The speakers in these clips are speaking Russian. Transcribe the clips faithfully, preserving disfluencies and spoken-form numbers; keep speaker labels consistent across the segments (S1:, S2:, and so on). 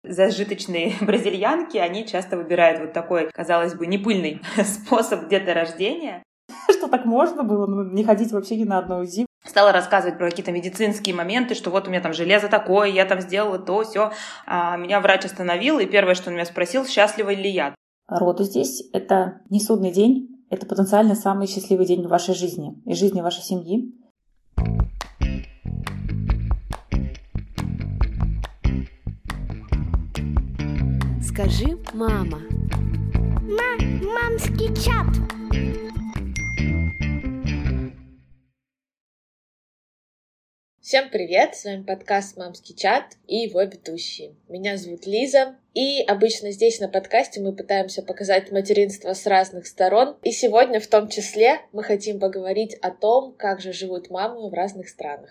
S1: Зажиточные бразильянки, они часто выбирают вот такой, казалось бы, непыльный способ деторождения.
S2: Что так можно было, ну, не ходить вообще ни на одно УЗИ.
S1: Стала рассказывать про какие-то медицинские моменты, что вот у меня там железо такое, я там сделала то, сё. А меня врач остановил, и первое, что он меня спросил, счастлива ли я.
S2: Роды здесь — это не судный день, это потенциально самый счастливый день в вашей жизни и жизни вашей семьи.
S3: Скажи, мама.
S4: Мамский чат.
S5: Всем привет! С вами подкаст «Мамский чат» и его ведущие. Меня зовут Лиза, и обычно здесь на подкасте мы пытаемся показать материнство с разных сторон. И сегодня в том числе мы хотим поговорить о том, как же живут мамы в разных странах.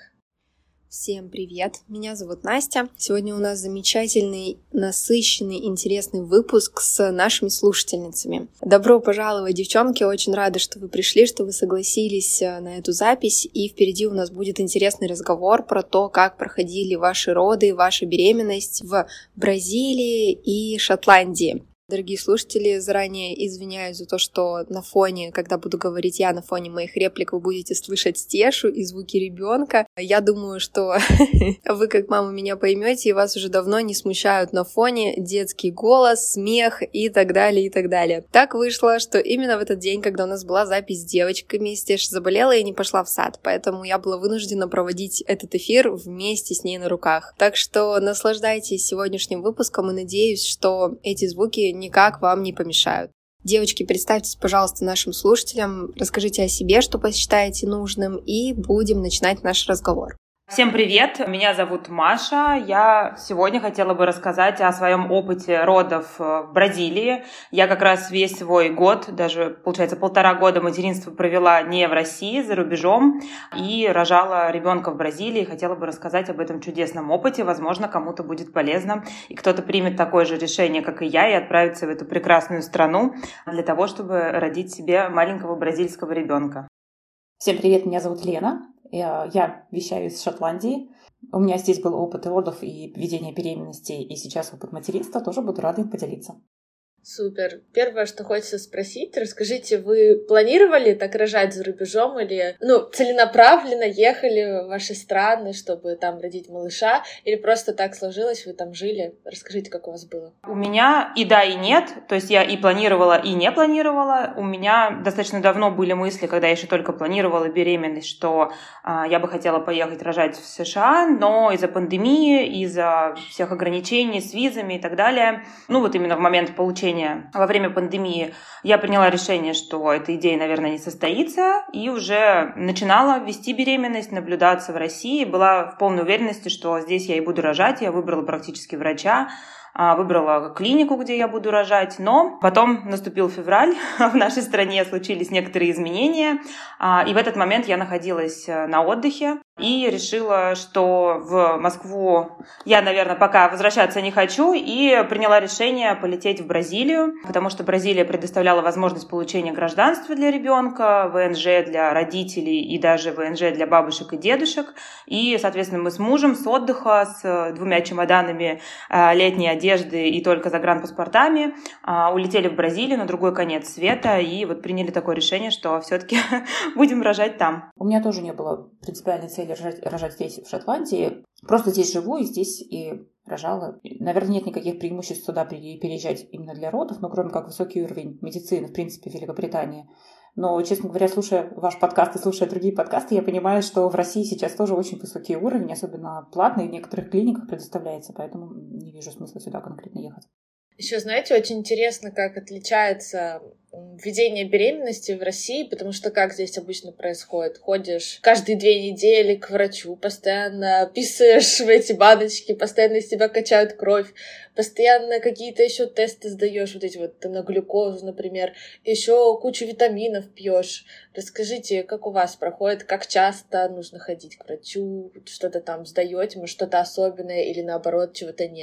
S3: Всем привет! Меня зовут Настя. Сегодня у нас замечательный, насыщенный, интересный выпуск с нашими слушательницами. Добро пожаловать, девчонки! Очень рада, что вы пришли, что вы согласились на эту запись. И впереди у нас будет интересный разговор про то, как проходили ваши роды, ваша беременность в Бразилии и Шотландии. Дорогие слушатели, заранее извиняюсь за то, что на фоне, когда буду говорить я, на фоне моих реплик вы будете слышать Стешу и звуки ребенка. Я думаю, что вы, как мама, меня поймете, и вас уже давно не смущают на фоне детский голос, смех и так далее, и так далее. Так вышло, что именно в этот день, когда у нас была запись с девочками, Стеша заболела и не пошла в сад, поэтому я была вынуждена проводить этот эфир вместе с ней на руках. Так что наслаждайтесь сегодняшним выпуском и надеюсь, что эти звуки никак вам не помешают. Девочки, представьтесь, пожалуйста, нашим слушателям, расскажите о себе, что посчитаете нужным, и будем начинать наш разговор.
S1: Всем привет! Меня зовут Маша. Я сегодня хотела бы рассказать о своем опыте родов в Бразилии. Я как раз весь свой год, даже, получается, полтора года материнства провела не в России, за рубежом, и рожала ребенка в Бразилии. Хотела бы рассказать об этом чудесном опыте. Возможно, кому-то будет полезно, и кто-то примет такое же решение, как и я, и отправится в эту прекрасную страну для того, чтобы родить себе маленького бразильского ребенка.
S2: Всем привет, меня зовут Лена. Я вещаю из Шотландии. У меня здесь был опыт родов и ведения беременности, и сейчас опыт материнства. Тоже буду рада им поделиться.
S5: Супер. Первое, что хочется спросить, расскажите, вы планировали так рожать за рубежом или, ну, целенаправленно ехали в ваши страны, чтобы там родить малыша, или просто так сложилось, вы там жили? Расскажите, как у вас было.
S1: У меня и да, и нет. То есть я и планировала, и не планировала. У меня достаточно давно были мысли, когда я еще только планировала беременность, что а, я бы хотела поехать рожать в США, но из-за пандемии, из-за всех ограничений с визами и так далее, ну вот именно в момент получения во время пандемии я приняла решение, что эта идея, наверное, не состоится, и уже начинала вести беременность, наблюдаться в России. Была в полной уверенности, что здесь я и буду рожать. Я выбрала практически врача, выбрала клинику, где я буду рожать, но потом наступил февраль, в нашей стране случились некоторые изменения, и в этот момент я находилась на отдыхе и решила, что в Москву я, наверное, пока возвращаться не хочу, и приняла решение полететь в Бразилию, потому что Бразилия предоставляла возможность получения гражданства для ребенка, ВНЖ для родителей и даже ВНЖ для бабушек и дедушек, и, соответственно, мы с мужем с отдыха, с двумя чемоданами летней одежды и только загранпаспортами улетели в Бразилию на другой конец света, и вот приняли такое решение, что все-таки будем рожать там.
S2: У меня тоже не было принципиальной цели рожать, рожать здесь, в Шотландии. Просто здесь живу и здесь и рожала. Наверное, нет никаких преимуществ сюда переезжать именно для родов, но кроме как высокий уровень медицины, в принципе, в Великобритании. Но, честно говоря, слушая ваш подкаст и слушая другие подкасты, я понимаю, что в России сейчас тоже очень высокий уровень, особенно платный, в некоторых клиниках предоставляется, поэтому не вижу смысла сюда конкретно ехать.
S5: Еще, знаете, очень интересно, как отличается ведение беременности в России, потому что как здесь обычно происходит? Ходишь каждые две недели к врачу, постоянно писаешь в эти баночки, постоянно из тебя качают кровь, постоянно какие-то еще тесты сдаешь, вот эти вот на глюкозу, например, еще кучу витаминов пьешь. Расскажите, как у вас проходит, как часто нужно ходить к врачу, что-то там сдаете, может, что-то особенное или наоборот, чего-то нет?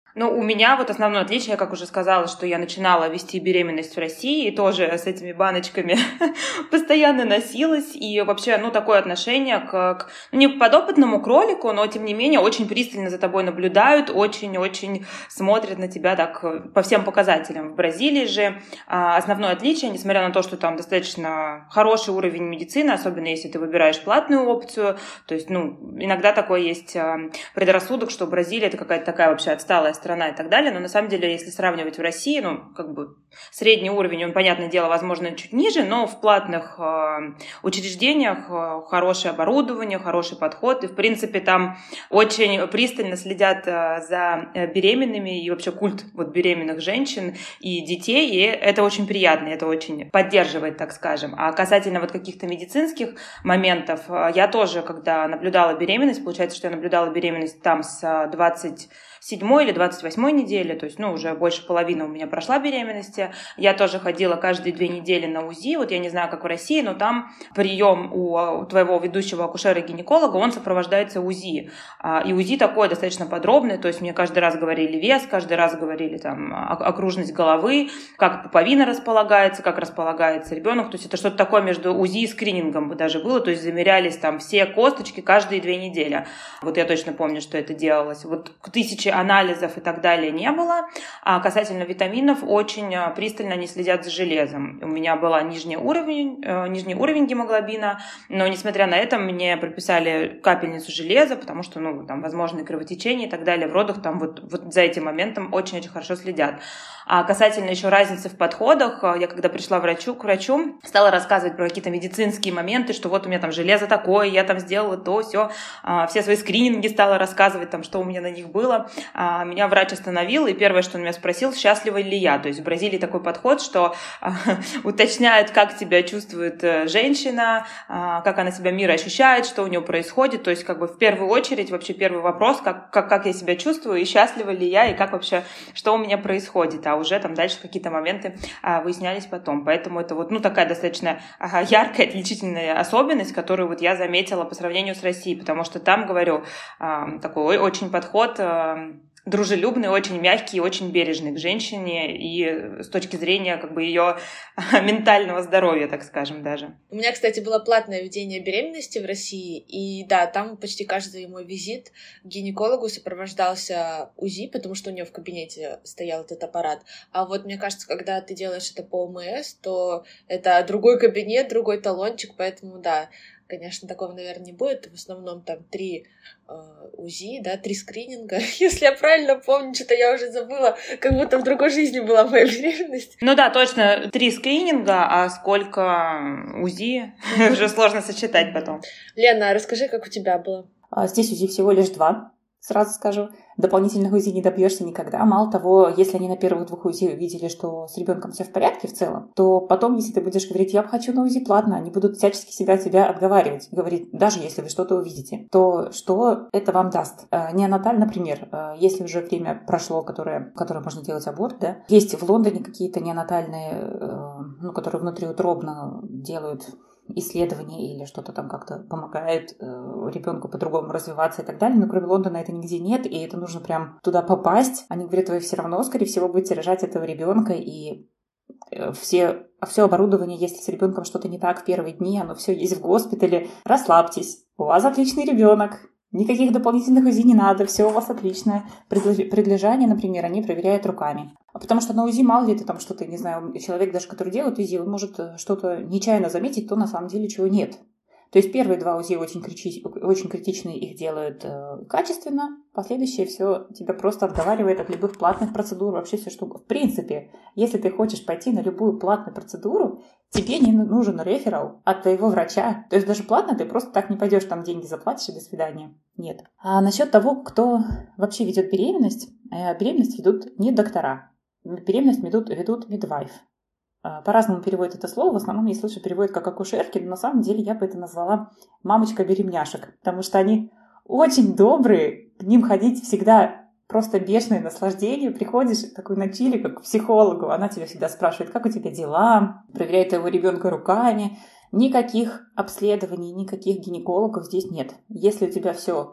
S1: Ну, у меня вот основное отличие, я как уже сказала, что я начинала вести беременность в России, и тоже с этими баночками постоянно носилась, и вообще, ну, такое отношение к, к ну, не к подопытному кролику, но, тем не менее, очень пристально за тобой наблюдают, очень-очень смотрят на тебя так по всем показателям. В Бразилии же а, основное отличие, несмотря на то, что там достаточно хороший уровень медицины, особенно если ты выбираешь платную опцию, то есть, ну, иногда такой есть а, предрассудок, что Бразилия — это какая-то такая вообще отсталая страна и так далее, но на самом деле, если сравнивать в России, ну, как бы средний уровень, он, понятное дело, возможно, чуть ниже, но в платных э, учреждениях э, хорошее оборудование, хороший подход, и, в принципе, там очень пристально следят э, за беременными, и вообще культ вот беременных женщин и детей, и это очень приятно, это очень поддерживает, так скажем. А касательно вот каких-то медицинских моментов, э, я тоже, когда наблюдала беременность, получается, что я наблюдала беременность там с двадцать седьмой или двадцать восьмой недели, то есть, ну, уже больше половины у меня прошла беременности. Я тоже ходила каждые две недели на УЗИ, вот я не знаю, как в России, но там прием у, у твоего ведущего акушера-гинеколога, он сопровождается УЗИ. И УЗИ такой достаточно подробный, то есть мне каждый раз говорили вес, каждый раз говорили там окружность головы, как пуповина располагается, как располагается ребенок, то есть это что-то такое между УЗИ и скринингом даже было, то есть замерялись там все косточки каждые две недели. Вот я точно помню, что это делалось. Вот к тысяче анализов и так далее не было. А касательно витаминов, очень пристально они следят за железом. У меня был нижний уровень, э, нижний уровень гемоглобина, но, несмотря на это, мне прописали капельницу железа, потому что, ну, там, возможны кровотечения и так далее. В родах там вот, вот за этим моментом очень-очень хорошо следят. А касательно еще разницы в подходах, я когда пришла врачу, к врачу, стала рассказывать про какие-то медицинские моменты, что вот у меня там железо такое, я там сделала то, все, все свои скрининги стала рассказывать, там, что у меня на них было. А, меня врач остановил, и первое, что он меня спросил, счастлива ли я. То есть в Бразилии такой подход, что а, уточняет, как себя чувствует женщина, а, как она себя мир ощущает, что у нее происходит. То есть как бы в первую очередь вообще первый вопрос, как, как, как я себя чувствую, и счастлива ли я, и как вообще, что у меня происходит. А уже там дальше какие-то моменты а, выяснялись потом. Поэтому это вот, ну, такая достаточно а, яркая, отличительная особенность, которую вот я заметила по сравнению с Россией, потому что там, говорю, а, такой очень подход а, дружелюбный, очень мягкий, очень бережный к женщине и с точки зрения как бы ее ментального здоровья, так скажем, даже.
S5: У меня, кстати, было платное ведение беременности в России, и да, там почти каждый мой визит к гинекологу сопровождался УЗИ, потому что у нее в кабинете стоял этот аппарат. А вот мне кажется, когда ты делаешь это по ОМС, то это другой кабинет, другой талончик, поэтому да, конечно, такого, наверное, не будет. В основном там три э, УЗИ, да, три скрининга. Если я правильно помню, что-то я уже забыла, как будто в другой жизни была моя беременность.
S1: Ну да, точно, три скрининга, а сколько УЗИ, уже сложно сосчитать потом.
S5: Лена, расскажи, как у тебя было?
S2: Здесь УЗИ всего лишь два, сразу скажу. Дополнительных УЗИ не добьешься никогда. Мало того, если они на первых двух УЗИ видели, что с ребенком все в порядке в целом, то потом, если ты будешь говорить, я хочу на УЗИ платно, они будут всячески себя тебя отговаривать, говорить, даже если вы что-то увидите, то что это вам даст? Неонаталь, например, если уже время прошло, которое, которое можно делать аборт, да, есть в Лондоне какие-то неонатальные, ну, которые внутриутробно делают исследования или что-то там как-то помогает э, ребенку по-другому развиваться и так далее. Но кроме Лондона это нигде нет, и это нужно прям туда попасть. Они говорят, вы все равно, скорее всего, будете рожать этого ребенка, и э, все, все оборудование, если с ребенком что-то не так в первые дни, оно все есть в госпитале. Расслабьтесь, у вас отличный ребенок. Никаких дополнительных УЗИ не надо, все у вас отлично. Предлежание, например, они проверяют руками. А потому что на УЗИ, мало ли ты там что-то, не знаю, человек даже, который делает УЗИ, он может что-то нечаянно заметить, то на самом деле чего нет. То есть первые два УЗИ очень, кричи, очень критичные, их делают э, качественно, последующее все тебя просто отговаривает от любых платных процедур, вообще все что. В принципе, если ты хочешь пойти на любую платную процедуру, тебе не нужен реферал от твоего врача. То есть даже платно ты просто так не пойдешь, там деньги заплатишь и до свидания. Нет. А насчет того, кто вообще ведет беременность, э, беременность ведут не доктора, беременность ведут, ведут мидвайф. По-разному переводят это слово. В основном я слышу переводят как акушерки, но на самом деле я бы это назвала мамочка-беременяшек, потому что они очень добрые, к ним ходить всегда просто бешеное наслаждение. Приходишь такой на чили, как к психологу, она тебя всегда спрашивает, как у тебя дела, проверяет твоего ребенка руками. Никаких обследований, никаких гинекологов здесь нет. Если у тебя все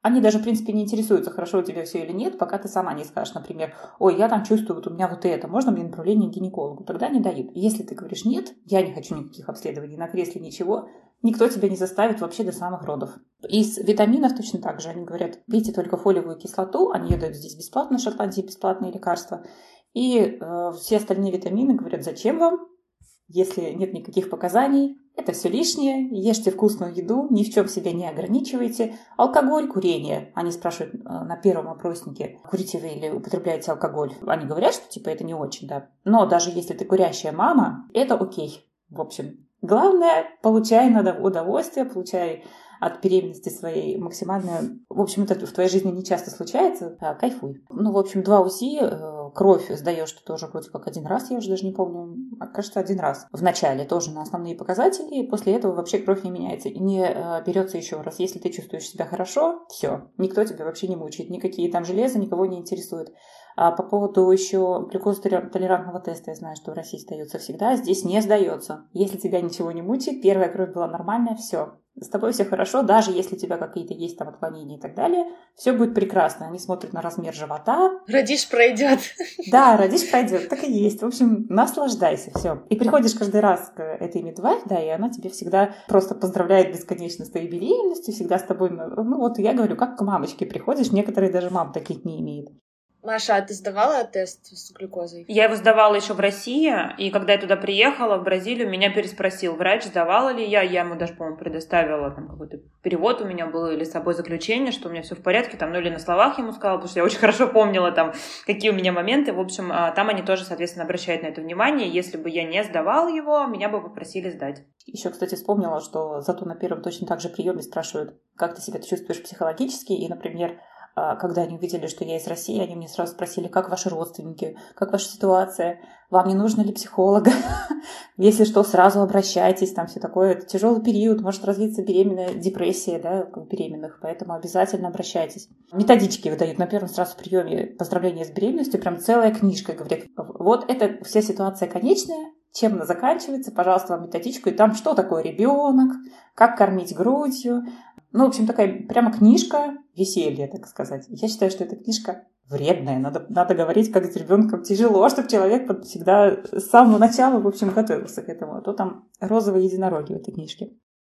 S2: Они даже, в принципе, не интересуются, хорошо у тебя все или нет, пока ты сама не скажешь, например, ой, я там чувствую, вот у меня вот это, можно мне направление к гинекологу? Тогда не дают. Если ты говоришь, нет, я не хочу никаких обследований на кресле, ничего, никто тебя не заставит вообще до самых родов. Из витаминов точно так же. Они говорят, пейте только фолиевую кислоту, они ее дают здесь бесплатно, в Шотландии бесплатные лекарства. И э, все остальные витамины говорят, зачем вам, если нет никаких показаний, это все лишнее, ешьте вкусную еду, ни в чем себя не ограничивайте. Алкоголь, курение. Они спрашивают э, на первом опроснике, курите вы или употребляете алкоголь. Они говорят, что типа это не очень, да. Но даже если ты курящая мама, это окей. В общем, главное, получай удовольствие, получай от беременности своей максимальную... В общем, это в твоей жизни не часто случается, а кайфуй. Ну, в общем, два УЗИ, кровь сдаешь ты тоже вроде как один раз, я уже даже не помню, кажется, один раз. В начале тоже на основные показатели, и после этого вообще кровь не меняется и не берется еще раз. Если ты чувствуешь себя хорошо, все, никто тебя вообще не мучает, никакие там железа никого не интересуют. А по поводу еще глюкозотолерантного теста, я знаю, что в России сдается всегда, здесь не сдается. Если тебя ничего не мучает, первая кровь была нормальная, все. С тобой все хорошо, даже если у тебя какие-то есть там отклонения и так далее, все будет прекрасно. Они смотрят на размер живота.
S5: Родишь, пройдет.
S2: Да, родишь, пройдет, так и есть. В общем, наслаждайся, все. И приходишь каждый раз к этой медварь, да, и она тебе всегда просто поздравляет бесконечно с твоей беременностью, всегда с тобой, ну вот я говорю, как к мамочке приходишь, некоторые даже мам таких не имеют.
S5: Маша, а ты сдавала тест с глюкозой?
S1: Я его сдавала еще в России, и когда я туда приехала, в Бразилию, меня переспросил врач, сдавала ли я. Я ему даже, по-моему, предоставила там какой-то перевод у меня был, или с собой заключение, что у меня все в порядке, там, ну или на словах ему сказала, потому что я очень хорошо помнила там, какие у меня моменты. В общем, там они тоже, соответственно, обращают на это внимание. Если бы я не сдавала его, меня бы попросили сдать.
S2: Еще, кстати, вспомнила, что зато на первом точно так же приеме спрашивают, как ты себя чувствуешь психологически, и, например, когда они увидели, что я из России, они мне сразу спросили, как ваши родственники, как ваша ситуация, вам не нужно ли психолога? Если что, сразу обращайтесь, там все такое. Это тяжелый период, может развиться беременная депрессия, да, у беременных, поэтому обязательно обращайтесь. Методички выдают на первом сразу приеме поздравления с беременностью, прям целая книжка, говорят, вот это вся ситуация конечная, чем она заканчивается, пожалуйста, вам методичку, и там что такое ребенок, как кормить грудью. Ну, в общем, такая прямо книжка веселья, так сказать. Я считаю, что эта книжка вредная. Надо, надо говорить, как с ребенком тяжело, чтобы человек всегда с самого начала, в общем, готовился к этому. А то там розовые единороги в этой книжке.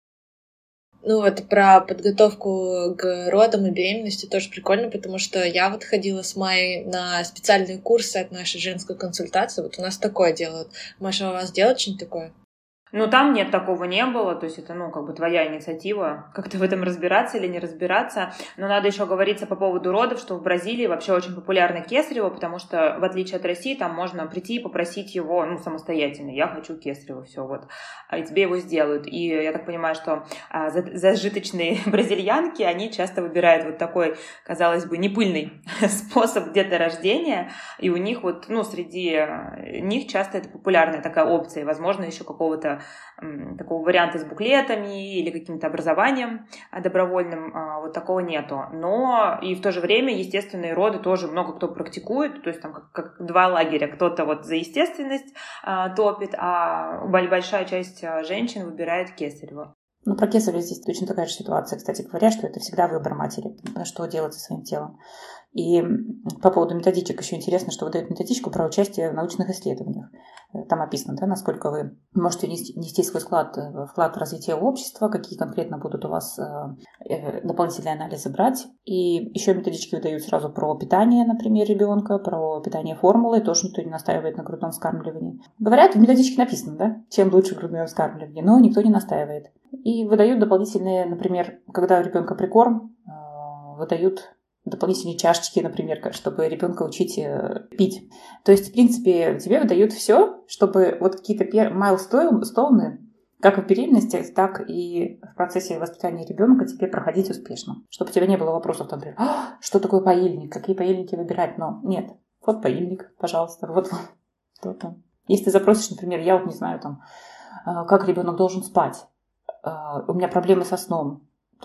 S5: Ну вот про подготовку к родам и беременности тоже прикольно, потому что я вот ходила с Майей на специальные курсы от нашей женской консультации. Вот у нас такое делают. Маша, у вас делают что-нибудь такое?
S1: Ну, там нет, такого не было, то есть это, ну, как бы твоя инициатива, как-то в этом разбираться или не разбираться, но надо еще говориться по поводу родов, что в Бразилии вообще очень популярно кесарево, потому что, в отличие от России, там можно прийти и попросить его, ну, самостоятельно, я хочу кесарево, все, вот, и тебе его сделают, и я так понимаю, что а, зажиточные бразильянки, они часто выбирают вот такой, казалось бы, непыльный способ деторождения, и у них вот, ну, среди них часто это популярная такая опция, и, возможно, еще какого-то такого варианта с буклетами или каким-то образованием добровольным, вот такого нету. Но и в то же время естественные роды тоже много кто практикует, то есть там как, как два лагеря. Кто-то вот за естественность а, топит, а большая часть женщин выбирает кесарево.
S2: Ну, про кесарево здесь точно такая же ситуация, кстати говоря, что это всегда выбор матери, что делать со своим телом. И по поводу методичек еще интересно, что выдают методичку про участие в научных исследованиях. Там описано, да, насколько вы можете нести свой вклад, вклад в развитие общества, какие конкретно будут у вас дополнительные анализы брать. И еще методички выдают сразу про питание, например, ребенка, про питание формулы, тоже никто не настаивает на грудном вскармливании. Говорят, в методичке написано, да, чем лучше грудное вскармливание, но никто не настаивает. И выдают дополнительные, например, когда у ребенка прикорм, выдают дополнительные чашечки, например, чтобы ребенка учить э, пить. То есть, в принципе, тебе выдают все, чтобы вот какие-то пер... майлстоуны, как в беременности, так и в процессе воспитания ребенка тебе проходить успешно. Чтобы у тебя не было вопросов, там, например, а, что такое паильник, какие паильники выбирать. Но нет, вот паильник, пожалуйста, вот что там. Если ты запросишь, например, я вот не знаю, там, как ребенок должен спать, у меня проблемы со сном,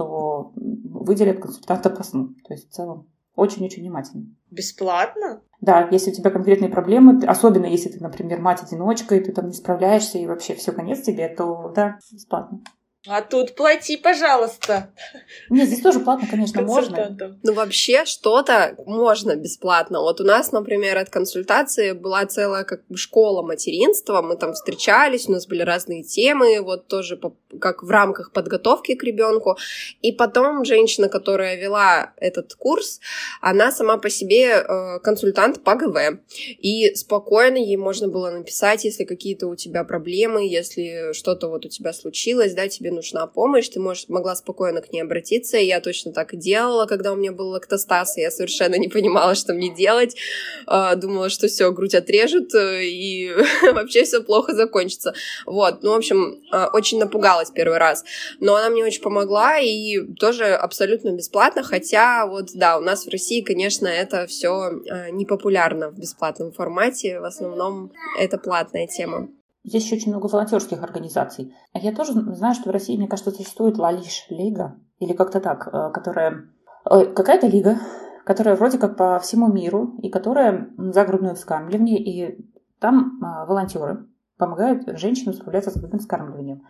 S2: то выделят консультанта по сну. То есть в целом очень-очень внимательно.
S5: Бесплатно?
S2: Да, если у тебя конкретные проблемы, особенно если ты, например, мать-одиночка, и ты там не справляешься, и вообще все, конец тебе, то да, бесплатно.
S5: А тут плати, пожалуйста.
S2: Нет, здесь тоже платно, конечно, можно.
S3: Ну, вообще, что-то можно бесплатно. Вот у нас, например, от консультации была целая как бы школа материнства. Мы там встречались, у нас были разные темы, вот тоже по, как в рамках подготовки к ребенку. И потом женщина, которая вела этот курс, она сама по себе э, консультант по ГВ. И спокойно ей можно было написать, если какие-то у тебя проблемы, если что-то вот у тебя случилось, да, тебе нужна помощь, ты можешь, могла спокойно к ней обратиться, и я точно так и делала, когда у меня был лактостаз, и я совершенно не понимала, что мне делать, думала, что все, грудь отрежут, и вообще все плохо закончится. Вот, ну, в общем, очень напугалась первый раз, но она мне очень помогла, и тоже абсолютно бесплатно, хотя вот, да, у нас в России, конечно, это все не популярно в бесплатном формате, в основном это платная тема.
S2: Здесь еще очень много волонтерских организаций. А я тоже знаю, что в России, мне кажется, существует Лалиш Лига, или как-то так, которая... Какая-то лига, которая вроде как по всему миру, и которая за грудное вскармливание, и там волонтеры помогают женщинам справляться с грудным вскармливанием.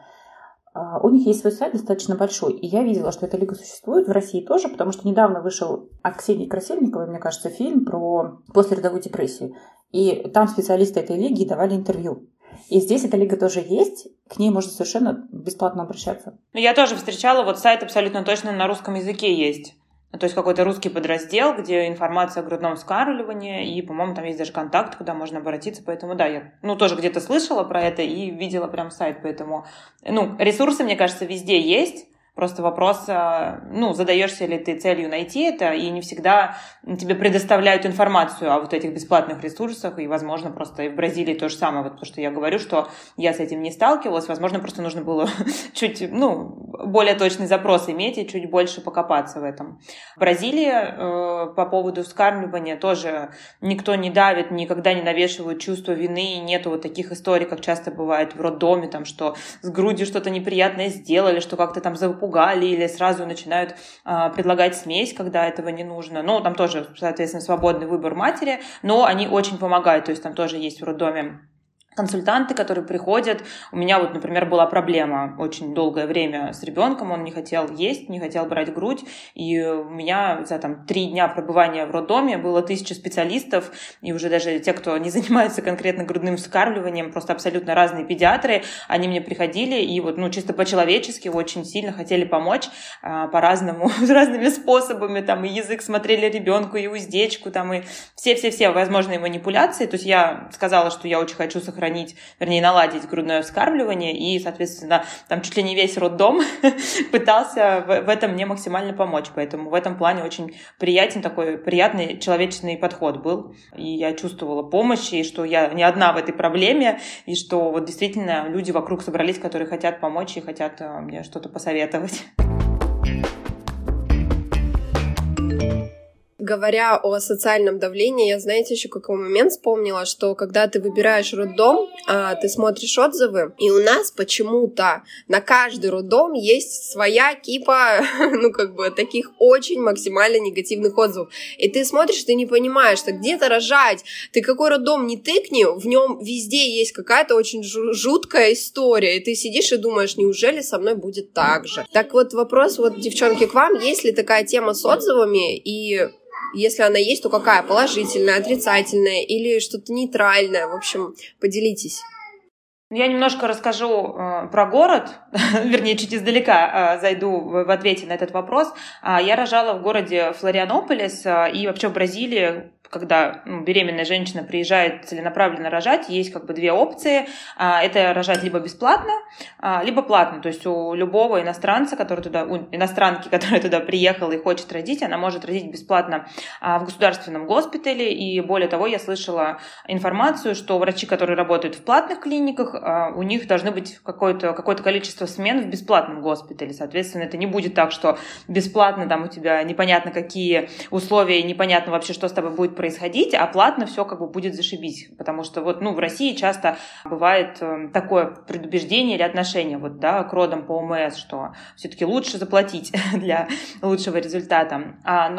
S2: У них есть свой сайт достаточно большой, и я видела, что эта лига существует в России тоже, потому что недавно вышел от Ксении Красильниковой, мне кажется, фильм про послеродовую депрессию, и там специалисты этой лиги давали интервью. И здесь эта лига тоже есть, к ней можно совершенно бесплатно обращаться.
S1: Я тоже встречала, вот сайт абсолютно точно на русском языке есть. То есть какой-то русский подраздел, где информация о грудном вскармливании, и, по-моему, там есть даже контакт, куда можно обратиться, поэтому, да, я, ну, тоже где-то слышала про это и видела прям сайт, поэтому, ну, ресурсы, мне кажется, везде есть. Просто вопрос, ну, задаешься ли ты целью найти это, и не всегда тебе предоставляют информацию о вот этих бесплатных ресурсах, и, возможно, просто и в Бразилии то же самое, вот то, что я говорю, что я с этим не сталкивалась, возможно, просто нужно было чуть, ну, более точный запрос иметь и чуть больше покопаться в этом. В Бразилии э, по поводу вскармливания тоже никто не давит, никогда не навешивают чувство вины, нету вот таких историй, как часто бывает в роддоме, там, что с грудью что-то неприятное сделали, что как-то там пугали или сразу начинают а, предлагать смесь, когда этого не нужно. Ну, там тоже, соответственно, свободный выбор матери, но они очень помогают. То есть там тоже есть в роддоме консультанты, которые приходят. У меня вот, например, была проблема очень долгое время с ребенком, он не хотел есть, не хотел брать грудь, и у меня за там три дня пребывания в роддоме было тысяча специалистов, и уже даже те, кто не занимается конкретно грудным вскармливанием, просто абсолютно разные педиатры, они мне приходили и вот, ну, чисто по-человечески очень сильно хотели помочь а, по-разному, с разными способами, там, и язык смотрели ребенку, и уздечку, там, и все-все-все возможные манипуляции. То есть я сказала, что я очень хочу сохранить сохранить, вернее, наладить грудное вскармливание, и, соответственно, там чуть ли не весь роддом пытался в, в этом мне максимально помочь, поэтому в этом плане очень приятен такой, приятный человечный подход был, и я чувствовала помощь, и что я не одна в этой проблеме, и что вот действительно люди вокруг собрались, которые хотят помочь и хотят мне что-то посоветовать.
S3: Говоря о социальном давлении, я, знаете, еще какой момент вспомнила, что когда ты выбираешь роддом, ты смотришь отзывы, и у нас почему-то на каждый роддом есть своя кипа, ну, как бы, таких очень максимально негативных отзывов. И ты смотришь, ты не понимаешь, что где-то рожать, ты какой роддом не тыкни, в нем везде есть какая-то очень жуткая история, и ты сидишь и думаешь, неужели со мной будет так же? Так вот, вопрос, вот, девчонки, к вам, есть ли такая тема с отзывами, и если она есть, то какая? Положительная, отрицательная или что-то нейтральное? В общем, поделитесь.
S1: Я немножко расскажу э, про город, вернее, чуть издалека э, зайду в, в ответе на этот вопрос. Э, я рожала в городе Флорианополис, э, и вообще в Бразилии, когда ну, беременная женщина приезжает целенаправленно рожать, есть как бы две опции. Это рожать либо бесплатно, либо платно. То есть у любого иностранца, который туда, у иностранки, которая туда приехала и хочет родить, она может родить бесплатно в государственном госпитале. И более того, я слышала информацию, что врачи, которые работают в платных клиниках, у них должны быть какое-то, какое-то количество смен в бесплатном госпитале. Соответственно, это не будет так, что бесплатно там у тебя непонятно какие условия и непонятно вообще, что с тобой будет происходить, а платно все как бы будет зашибись. Потому что вот, ну, в России часто бывает такое предубеждение или отношение вот, да, к родам по ОМС, что все-таки лучше заплатить для лучшего результата.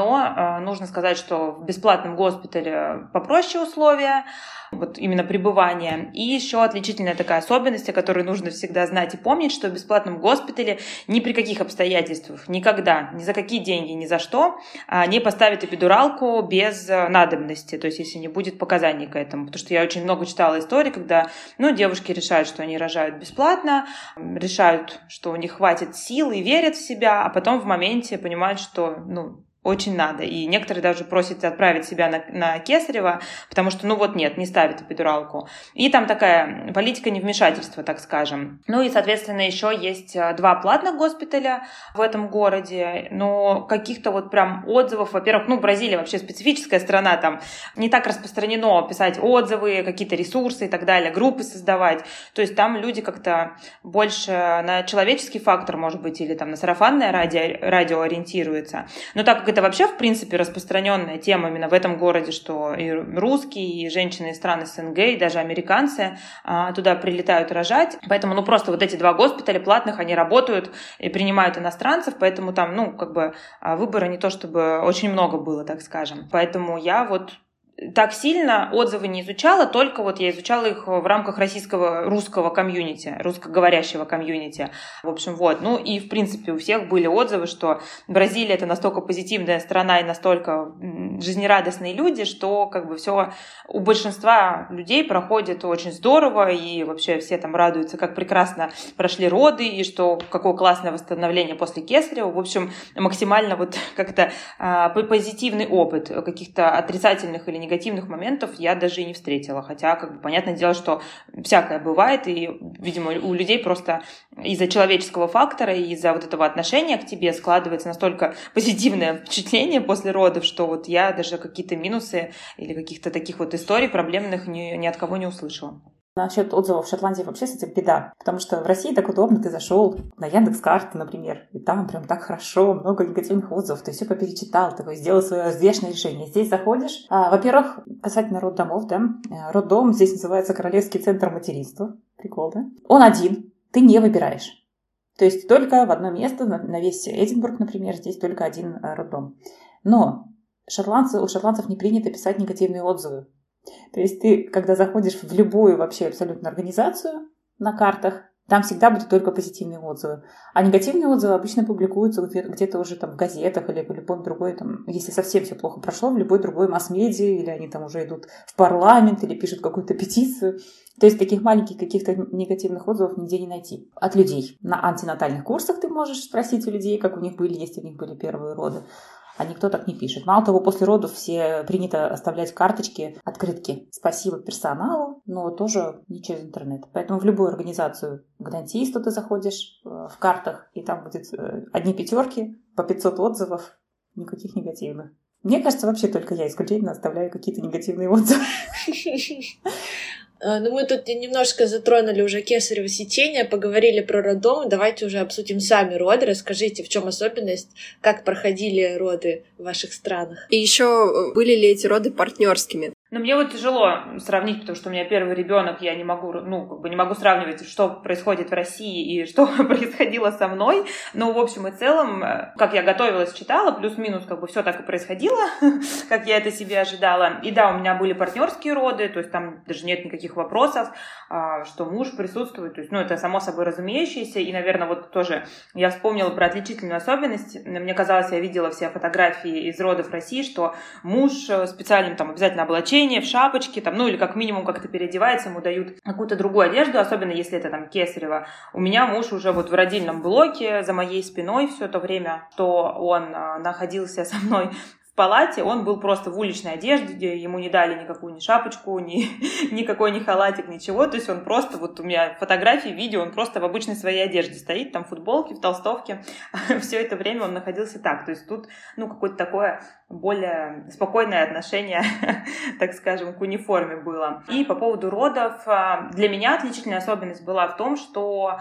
S1: Но нужно сказать, что в бесплатном госпитале попроще условия, вот именно пребывания. И еще отличительная такая особенность, о которой нужно всегда знать и помнить, что в бесплатном госпитале ни при каких обстоятельствах, никогда, ни за какие деньги, ни за что не поставят эпидуралку без надобности, то есть если не будет показаний к этому. Потому что я очень много читала историй, когда, ну, девушки решают, что они рожают бесплатно, решают, что у них хватит сил и верят в себя, а потом в моменте понимают, что, ну, очень надо. И некоторые даже просят отправить себя на, на кесарево, потому что, ну вот нет, не ставят эпидуралку. И там такая политика невмешательства, так скажем. Ну и, соответственно, еще есть два платных госпиталя в этом городе, но каких-то вот прям отзывов, во-первых, ну, Бразилия вообще специфическая страна, там не так распространено писать отзывы, какие-то ресурсы и так далее, группы создавать. То есть там люди как-то больше на человеческий фактор, может быть, или там на сарафанное радио, радио ориентируются. Но так как это вообще, в принципе, распространенная тема именно в этом городе, что и русские, и женщины из стран СНГ, и даже американцы а, туда прилетают рожать. Поэтому, ну, просто вот эти два госпиталя платных, они работают и принимают иностранцев, поэтому там, ну, как бы выбора не то чтобы очень много было, так скажем. Поэтому я вот так сильно отзывы не изучала, только вот я изучала их в рамках российского, русского комьюнити, русскоговорящего комьюнити. В общем, вот. Ну и, в принципе, у всех были отзывы, что Бразилия — это настолько позитивная страна и настолько жизнерадостные люди, что как бы все у большинства людей проходит очень здорово, и вообще все там радуются, как прекрасно прошли роды, и что какое классное восстановление после кесарева. В общем, максимально вот как-то а, позитивный опыт, каких-то отрицательных или негативных моментов я даже и не встретила. Хотя, как бы, понятное дело, что всякое бывает, и, видимо, у людей просто из-за человеческого фактора и из-за вот этого отношения к тебе складывается настолько позитивное впечатление после родов, что вот я даже какие-то минусы или каких-то таких вот историй проблемных ни, ни от кого не услышала.
S2: Насчет отзывов в Шотландии вообще с этим беда. Потому что в России так удобно, ты зашел на Яндекс.Карты, например, и там прям так хорошо, много негативных отзывов, ты все поперечитал, такой сделал свое взвешенное решение. Здесь заходишь, а, во-первых, касательно роддомов, да, роддом здесь называется Королевский центр материнства, прикол, да? Он один, ты не выбираешь. То есть только в одно место, на весь Эдинбург, например, здесь только один роддом. Но шотландцы, у шотландцев не принято писать негативные отзывы. То есть ты, когда заходишь в любую вообще абсолютно организацию на картах, там всегда будут только позитивные отзывы. А негативные отзывы обычно публикуются где-то уже там в газетах или в любой другой, там, если совсем все плохо прошло, в любой другой масс-медиа, или они там уже идут в парламент, или пишут какую-то петицию. То есть таких маленьких каких-то негативных отзывов нигде не найти. От людей. На антинатальных курсах ты можешь спросить у людей, как у них были, если у них были первые роды. А никто так не пишет. Мало того, после родов все принято оставлять карточки, открытки. Спасибо персоналу, но тоже не через интернет. Поэтому в любую организацию к дантисту ты заходишь в картах, и там будет одни пятерки, по пятьсот отзывов, никаких негативных. Мне кажется, вообще только я исключительно оставляю какие-то негативные отзывы.
S5: Ну, мы тут немножко затронули уже кесарево сечение, поговорили про роддом. Давайте уже обсудим сами роды. Расскажите, в чем особенность, как проходили роды в ваших странах.
S3: И еще были ли эти роды партнерскими?
S1: Но мне вот тяжело сравнить, потому что у меня первый ребенок, я не могу, ну, как бы не могу сравнивать, что происходит в России и что происходило со мной. Но в общем и целом, как я готовилась, читала, плюс-минус, как бы все так и происходило, как я это себе ожидала. И да, у меня были партнерские роды, то есть там даже нет никаких вопросов, что муж присутствует. То есть, ну, это само собой разумеющееся. И, наверное, вот тоже я вспомнила про отличительную особенность. Мне казалось, я видела все фотографии из родов России, что муж специальным там обязательно облачением, в шапочке, там, ну или как минимум как-то переодевается, ему дают какую-то другую одежду, особенно если это там кесарево. У меня муж уже вот в родильном блоке за моей спиной все то время, что он а, находился со мной в палате, он был просто в уличной одежде, ему не дали никакую ни шапочку, ни, никакой ни халатик, ничего, то есть он просто, вот у меня фотографии, видео, он просто в обычной своей одежде стоит, там в футболке, в толстовке, все это время он находился так, то есть тут, ну, какое-то такое более спокойное отношение, так скажем, к униформе было. И по поводу родов, для меня отличительная особенность была в том, что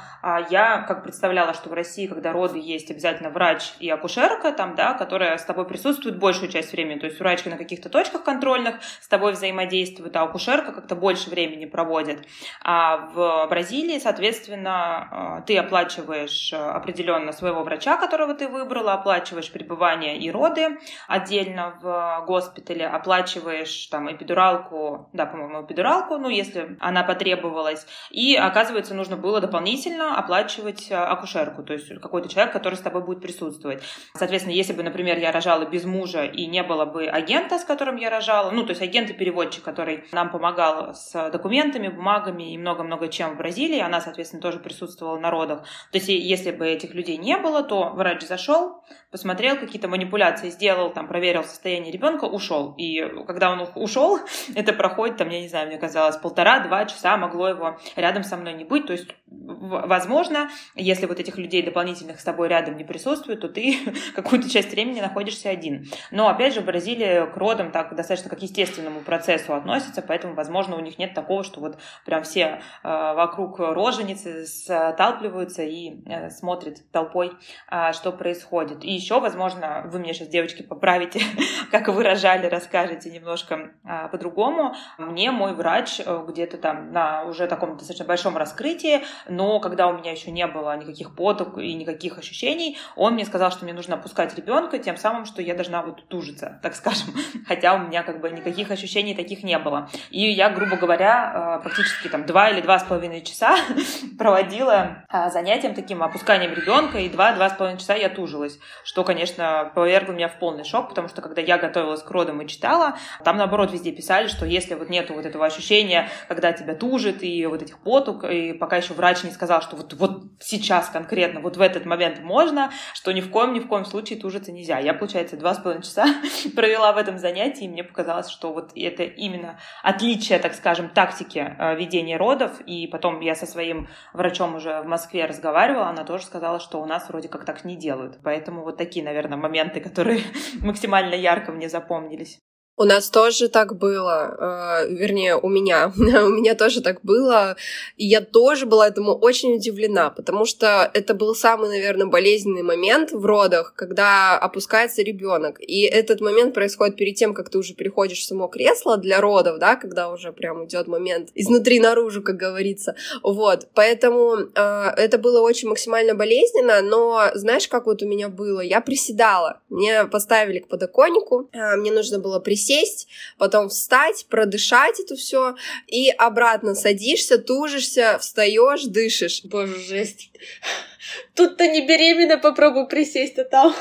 S1: я как представляла, что в России, когда роды есть, обязательно врач и акушерка, там, да, которая с тобой присутствует большую часть времени, то есть врач на каких-то точках контрольных с тобой взаимодействует, а акушерка как-то больше времени проводит. А в Бразилии, соответственно, ты оплачиваешь определенно своего врача, которого ты выбрала, оплачиваешь пребывание и роды отдельно в госпитале, оплачиваешь там эпидуралку, да, по-моему, эпидуралку, ну, если она потребовалась, и, оказывается, нужно было дополнительно оплачивать акушерку, то есть какой-то человек, который с тобой будет присутствовать. Соответственно, если бы, например, я рожала без мужа и не было бы агента, с которым я рожала, ну, то есть агент и переводчик, который нам помогал с документами, бумагами и много-много чем в Бразилии, она, соответственно, тоже присутствовала на родах. То есть, если бы этих людей не было, то врач зашел, посмотрел, какие-то манипуляции сделал, там, проверил состояние ребенка, ушел. И когда он ушел, это проходит, там, я не знаю, мне казалось, полтора-два часа, могло его рядом со мной не быть. То есть, возможно, если вот этих людей дополнительных с тобой рядом не присутствует, то ты какую-то часть времени находишься один. Но, опять же, в Бразилии к родам так достаточно как естественному процессу относятся, поэтому, возможно, у них нет такого, что вот прям все э, вокруг роженицы сталкиваются и э, смотрят толпой, э, что происходит. И еще, возможно, вы мне сейчас, девочки, поправите, как вы рожали, расскажете немножко э, по-другому. Мне мой врач э, где-то там на уже таком достаточно большом раскрытии, но когда у меня еще не было никаких поток и никаких ощущений, он мне сказал, что мне нужно опускать ребенка, тем самым, что я должна вот тужиться, так скажем, хотя у меня как бы никаких ощущений таких не было. И я, грубо говоря, практически там два или два с половиной часа проводила занятием таким опусканием ребенка, и два-два с половиной часа я тужилась, что, конечно, повергло меня в полный шок, потому что когда я готовилась к родам и читала, там, наоборот, везде писали, что если вот нету вот этого ощущения, когда тебя тужит, и вот этих потуг, и пока еще врач не сказал, что вот, вот сейчас конкретно, вот в этот момент можно, что ни в коем, ни в коем случае тужиться нельзя. Я, получается, два с половиной часа провела в этом занятии, и мне показалось, что вот это именно отличие, так скажем, тактики ведения родов, и потом я со своим врачом уже в Москве разговаривала, она тоже сказала, что у нас вроде как так не делают. Поэтому вот такие, наверное, моменты, которые максимально ярко мне запомнились.
S3: У нас тоже так было, э, вернее, у меня. у меня тоже так было, и я тоже была этому очень удивлена, потому что это был самый, наверное, болезненный момент в родах, когда опускается ребенок, и этот момент происходит перед тем, как ты уже переходишь в само кресло для родов, да, когда уже прям идет момент изнутри наружу, как говорится, вот, поэтому э, это было очень максимально болезненно, но знаешь, как вот у меня было? Я приседала, мне поставили к подоконнику, э, мне нужно было присесть, сесть, потом встать, продышать это все и обратно садишься, тужишься, встаешь, дышишь.
S5: Боже, жесть. Тут-то не беременна, попробуй присесть, а там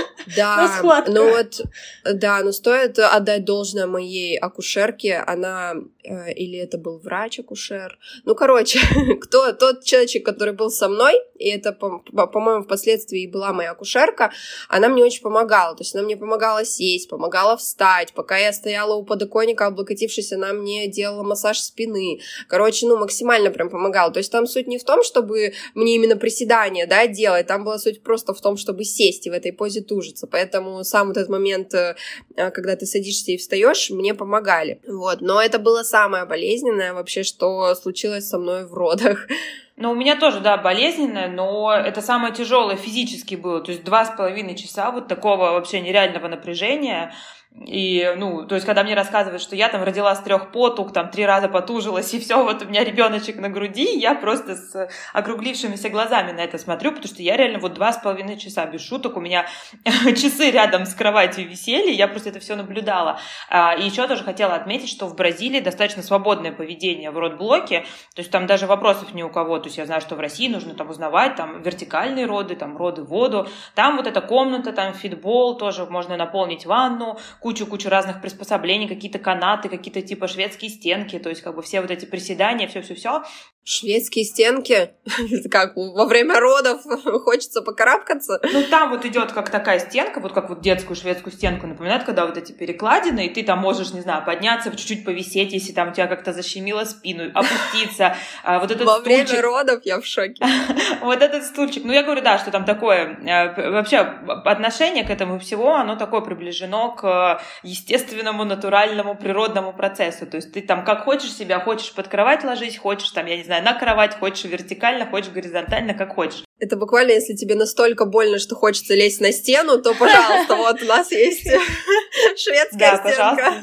S3: да, ну вот, да, но стоит отдать должное моей акушерке, она, э, или это был врач-акушер, ну, короче, кто, тот человечек, который был со мной, и это, по- по- по-моему, впоследствии и была моя акушерка, она мне очень помогала, то есть она мне помогала сесть, помогала встать, пока я стояла у подоконника, облокотившись, она мне делала массаж спины, короче, ну, максимально прям помогала, то есть там суть не в том, чтобы мне именно приседания, да, делать, там была суть просто в том, чтобы сесть и в этой позе тужиться. Поэтому сам вот этот момент, когда ты садишься и встаешь, мне помогали. Вот. Но это было самое болезненное вообще, что случилось со мной в родах.
S1: Ну, у меня тоже, да, болезненное, но это самое тяжелое физически было. То есть два с половиной часа вот такого вообще нереального напряжения. И, ну, то есть, когда мне рассказывают, что я там родила с трех потуг, там три раза потужилась, и все, вот у меня ребеночек на груди, я просто с округлившимися глазами на это смотрю, потому что я реально вот два с половиной часа, без шуток, у меня часы рядом с кроватью висели, я просто это все наблюдала. И еще тоже хотела отметить, что в Бразилии достаточно свободное поведение в родблоке, то есть там даже вопросов ни у кого, то есть я знаю, что в России нужно там узнавать, там вертикальные роды, там роды в воду, там вот эта комната, там фитбол, тоже можно наполнить ванну, кучу-кучу разных приспособлений, какие-то канаты, какие-то типа шведские стенки, то есть как бы все вот эти приседания, все-все-все.
S3: Шведские стенки? Как, во время родов хочется покарабкаться?
S1: Ну, там вот идет как такая стенка, вот как вот детскую шведскую стенку напоминает, когда вот эти перекладины, и ты там можешь, не знаю, подняться, чуть-чуть повисеть, если там тебя как-то защемило спину, опуститься. Вот этот
S3: Во
S1: стульчик.
S3: время родов я в шоке.
S1: Вот этот стульчик. Ну, я говорю, да, что там такое, вообще отношение к этому всего, оно такое приближено к естественному, натуральному, природному процессу. То есть ты там как хочешь себя, хочешь под кровать ложись, хочешь там, я не знаю, на кровать, хочешь вертикально, хочешь горизонтально, как хочешь.
S3: Это буквально, если тебе настолько больно, что хочется лезть на стену, то, пожалуйста, вот у нас есть шведская стенка.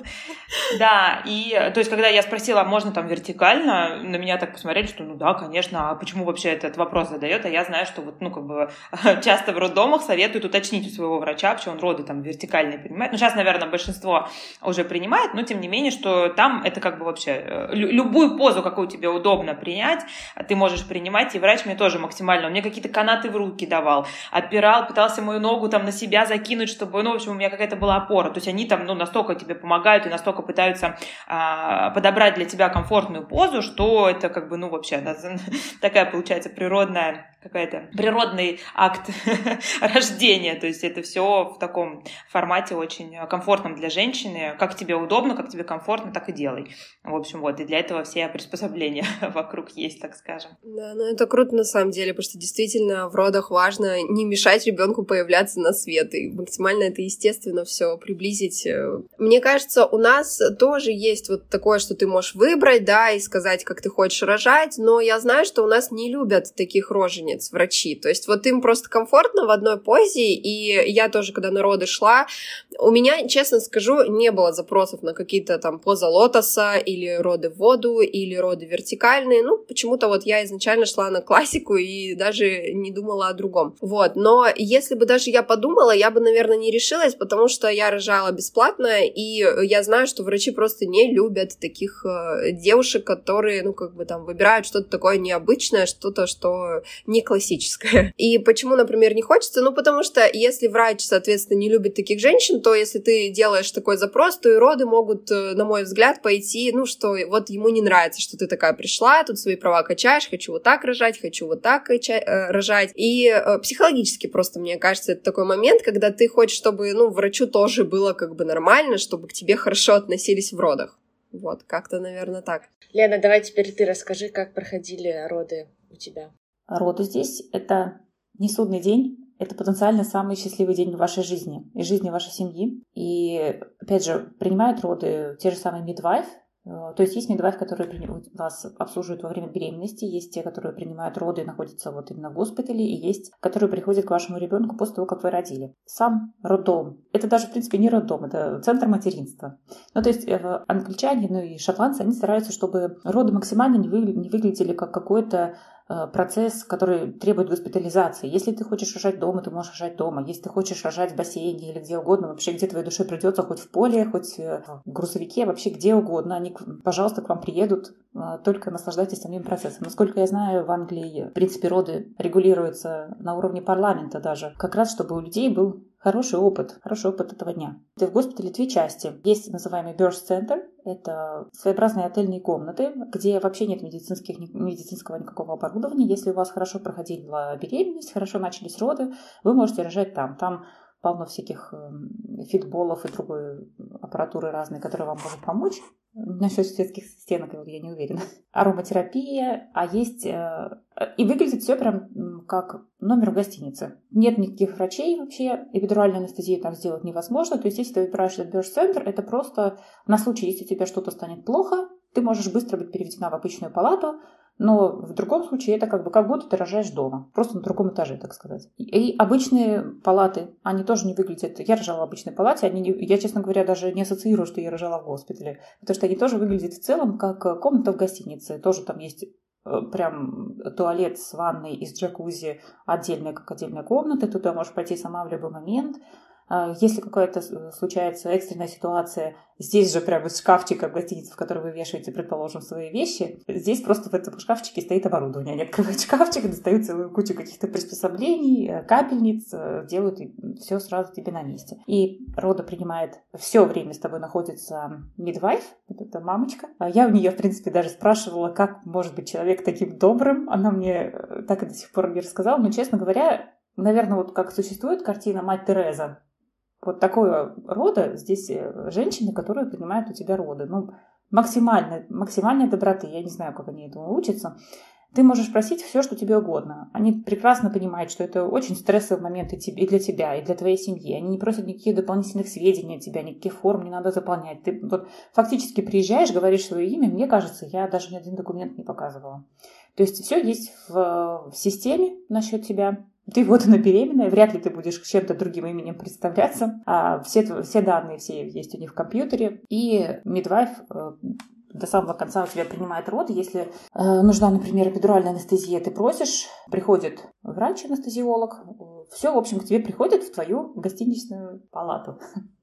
S1: Да, и то есть, когда я спросила, можно там вертикально, на меня так посмотрели, что ну да, конечно, а почему вообще этот вопрос задает, а я знаю, что вот, ну, как бы часто в роддомах советуют уточнить у своего врача, почему он роды там вертикальные принимает. Ну, сейчас, наверное, большинство уже принимает, но тем не менее, что там это как бы вообще любую позу, какую тебе удобно принять, ты можешь принимать, и врач мне тоже максимально, он мне какие-то канаты в руки давал, опирал, пытался мою ногу там на себя закинуть, чтобы, ну, в общем, у меня какая-то была опора. То есть они там, ну, настолько тебе помогают и настолько пытаются а, подобрать для тебя комфортную позу, что это как бы, ну, вообще да, такая получается природная какая-то природный акт рождения. То есть это все в таком формате очень комфортном для женщины. Как тебе удобно, как тебе комфортно, так и делай. В общем, вот. И для этого все приспособления вокруг есть, так скажем.
S3: Да, ну это круто на самом деле, потому что действительно в родах важно не мешать ребенку появляться на свет и максимально это естественно все приблизить. Мне кажется, у нас тоже есть вот такое, что ты можешь выбрать, да, и сказать, как ты хочешь рожать, но я знаю, что у нас не любят таких рожениц врачи. То есть вот им просто комфортно в одной позе, и я тоже, когда на роды шла, у меня, честно скажу, не было запросов на какие-то там поза лотоса или роды в воду, или роды вертикальные. Ну, почему-то вот я изначально шла на классику и даже не думала о другом. Вот, но если бы даже я подумала, я бы, наверное, не решилась, потому что я рожала бесплатно, и я знаю, что врачи просто не любят таких э, девушек, которые, ну, как бы там выбирают что-то такое необычное, что-то, что не классическое. И почему, например, не хочется? Ну, потому что если врач, соответственно, не любит таких женщин, то если ты делаешь такой запрос, то и роды могут, на мой взгляд, пойти, ну, что вот ему не нравится, что ты такая пришла, тут свои права качаешь, хочу вот так рожать, хочу вот так кача- э, рожать. И э, психологически просто, мне кажется, это такой момент, когда ты хочешь, чтобы, ну, врачу тоже было как бы нормально, чтобы к тебе хорошо относились в родах. Вот, как-то, наверное, так.
S5: Лена, давай теперь ты расскажи, как проходили роды у тебя.
S2: Роды здесь — это не судный день, это потенциально самый счастливый день в вашей жизни и жизни вашей семьи. И, опять же, принимают роды те же самые midwife. То есть есть midwife, которые вас обслуживают во время беременности, есть те, которые принимают роды и находятся вот именно в госпитале, и есть, которые приходят к вашему ребенку после того, как вы родили. Сам роддом — это даже, в принципе, не роддом, это центр материнства. Ну, то есть англичане, ну и шотландцы, они стараются, чтобы роды максимально не, вы, не выглядели как какой-то процесс, который требует госпитализации. Если ты хочешь рожать дома, ты можешь рожать дома. Если ты хочешь рожать в бассейне или где угодно, вообще где твоей душе придется, хоть в поле, хоть в грузовике, вообще где угодно, они, пожалуйста, к вам приедут, только наслаждайтесь самим процессом. Насколько я знаю, в Англии, в принципе, роды регулируются на уровне парламента даже, как раз чтобы у людей был хороший опыт, хороший опыт этого дня. В госпитале две части. Есть называемый birth center, это своеобразные отельные комнаты, где вообще нет медицинских, медицинского никакого оборудования. Если у вас хорошо проходила беременность, хорошо начались роды, вы можете рожать там. Там полно всяких фитболов и другой аппаратуры разной, которая вам может помочь. Насчет детских стенок я не уверена. Ароматерапия, а есть... И выглядит все прям как номер в гостинице. Нет никаких врачей вообще, эпидуральную анестезию там сделать невозможно. То есть если ты выбираешь этот birth-центр, это просто на случай, если у тебя что-то станет плохо, ты можешь быстро быть переведена в обычную палату, но в другом случае это как бы как будто ты рожаешь дома, просто на другом этаже, так сказать. И, и обычные палаты, они тоже не выглядят... Я рожала в обычной палате, они не... я, честно говоря, даже не ассоциирую, что я рожала в госпитале, потому что они тоже выглядят в целом как комната в гостинице. Тоже там есть прям туалет с ванной и с джакузи отдельная, как отдельная комната, туда можешь пойти сама в любой момент. Если какая-то случается экстренная ситуация, здесь же прямо из шкафчика в гостинице, в который вы вешаете, предположим, свои вещи, здесь просто в этом шкафчике стоит оборудование. Они открывают шкафчик, достают целую кучу каких-то приспособлений, капельниц, делают все сразу тебе на месте. И рода принимает все время с тобой находится midwife, это мамочка. Я у нее, в принципе, даже спрашивала, как может быть человек таким добрым. Она мне так и до сих пор не рассказала, но, честно говоря, наверное, вот как существует картина «Мать Тереза», вот такого рода здесь женщины, которые принимают у тебя роды. Ну, максимально, максимальной доброты. Я не знаю, как они этому учатся. Ты можешь просить все, что тебе угодно. Они прекрасно понимают, что это очень стрессовый момент и для тебя, и для твоей семьи. Они не просят никаких дополнительных сведений от тебя, никаких форм не надо заполнять. Ты вот фактически приезжаешь, говоришь свое имя. Мне кажется, я даже ни один документ не показывала. То есть все есть в, в системе насчет тебя. Ты вот она беременная, вряд ли ты будешь чем-то другим именем представляться. А все, все данные все есть у них в компьютере. И midwife э, до самого конца у тебя принимает роды. Если э, нужна, например, эпидуральная анестезия, ты просишь, приходит врач-анестезиолог. Все, в общем, к тебе приходит в твою гостиничную палату.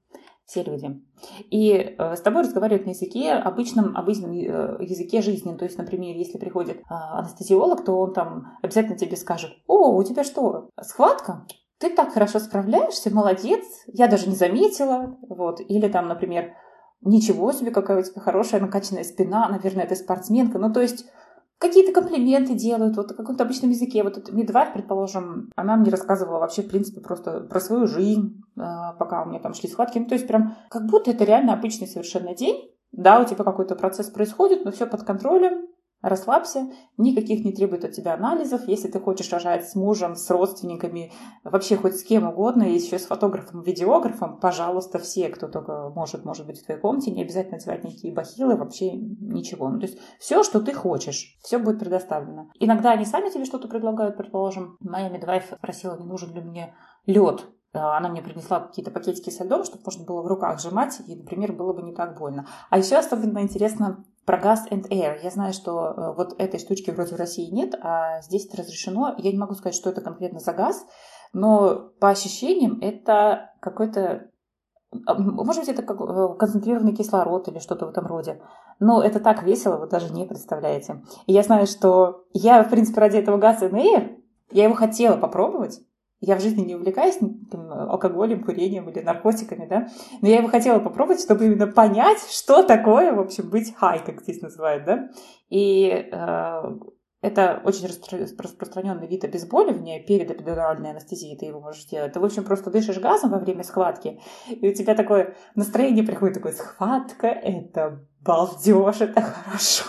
S2: Все люди. И э, с тобой разговаривают на языке, обычном, обычном э, языке жизни. То есть, например, если приходит э, анестезиолог, то он там обязательно тебе скажет: «О, у тебя что, схватка? Ты так хорошо справляешься, молодец, я даже не заметила». Вот. Или там, например, «Ничего себе, какая у тебя хорошая накачанная спина, наверное, ты спортсменка». Ну, то есть какие-то комплименты делают, вот на каком-то обычном языке. Вот эта midwife, предположим, она мне рассказывала вообще, в принципе, просто про свою жизнь, пока у меня там шли схватки. Ну, то есть прям как будто это реально обычный совершенно день. Да, у тебя какой-то процесс происходит, но все под контролем. Расслабься, никаких не требует от тебя анализов. Если ты хочешь рожать с мужем, с родственниками, вообще хоть с кем угодно, и еще с фотографом, видеографом, пожалуйста, все, кто только может, может быть в твоей комнате, не обязательно надевать никакие бахилы, вообще ничего. Ну, то есть все, что ты хочешь, все будет предоставлено. Иногда они сами тебе что-то предлагают, предположим. Моя midwife спросила, не нужен ли мне лед. Она мне принесла какие-то пакетики со льдом, чтобы можно было в руках сжимать, и, например, было бы не так больно. А еще особенно интересно про Gas and Air. Я знаю, что вот этой штучки вроде в России нет, а здесь это разрешено. Я не могу сказать, что это конкретно за газ, но по ощущениям это какой-то... Может быть, это как концентрированный кислород или что-то в этом роде. Но это так весело, вы даже не представляете. И я знаю, что я, в принципе, ради этого Gas and Air, я его хотела попробовать. Я в жизни не увлекаюсь там, алкоголем, курением или наркотиками, да, но я его хотела попробовать, чтобы именно понять, что такое, в общем, быть high, как здесь называют, да. И э, это очень распро- распространенный вид обезболивания перед эпидуральной анестезией, ты его можешь делать. Ты, в общем, просто дышишь газом во время схватки, и у тебя такое настроение приходит, такое: схватка — это балдеж, это хорошо.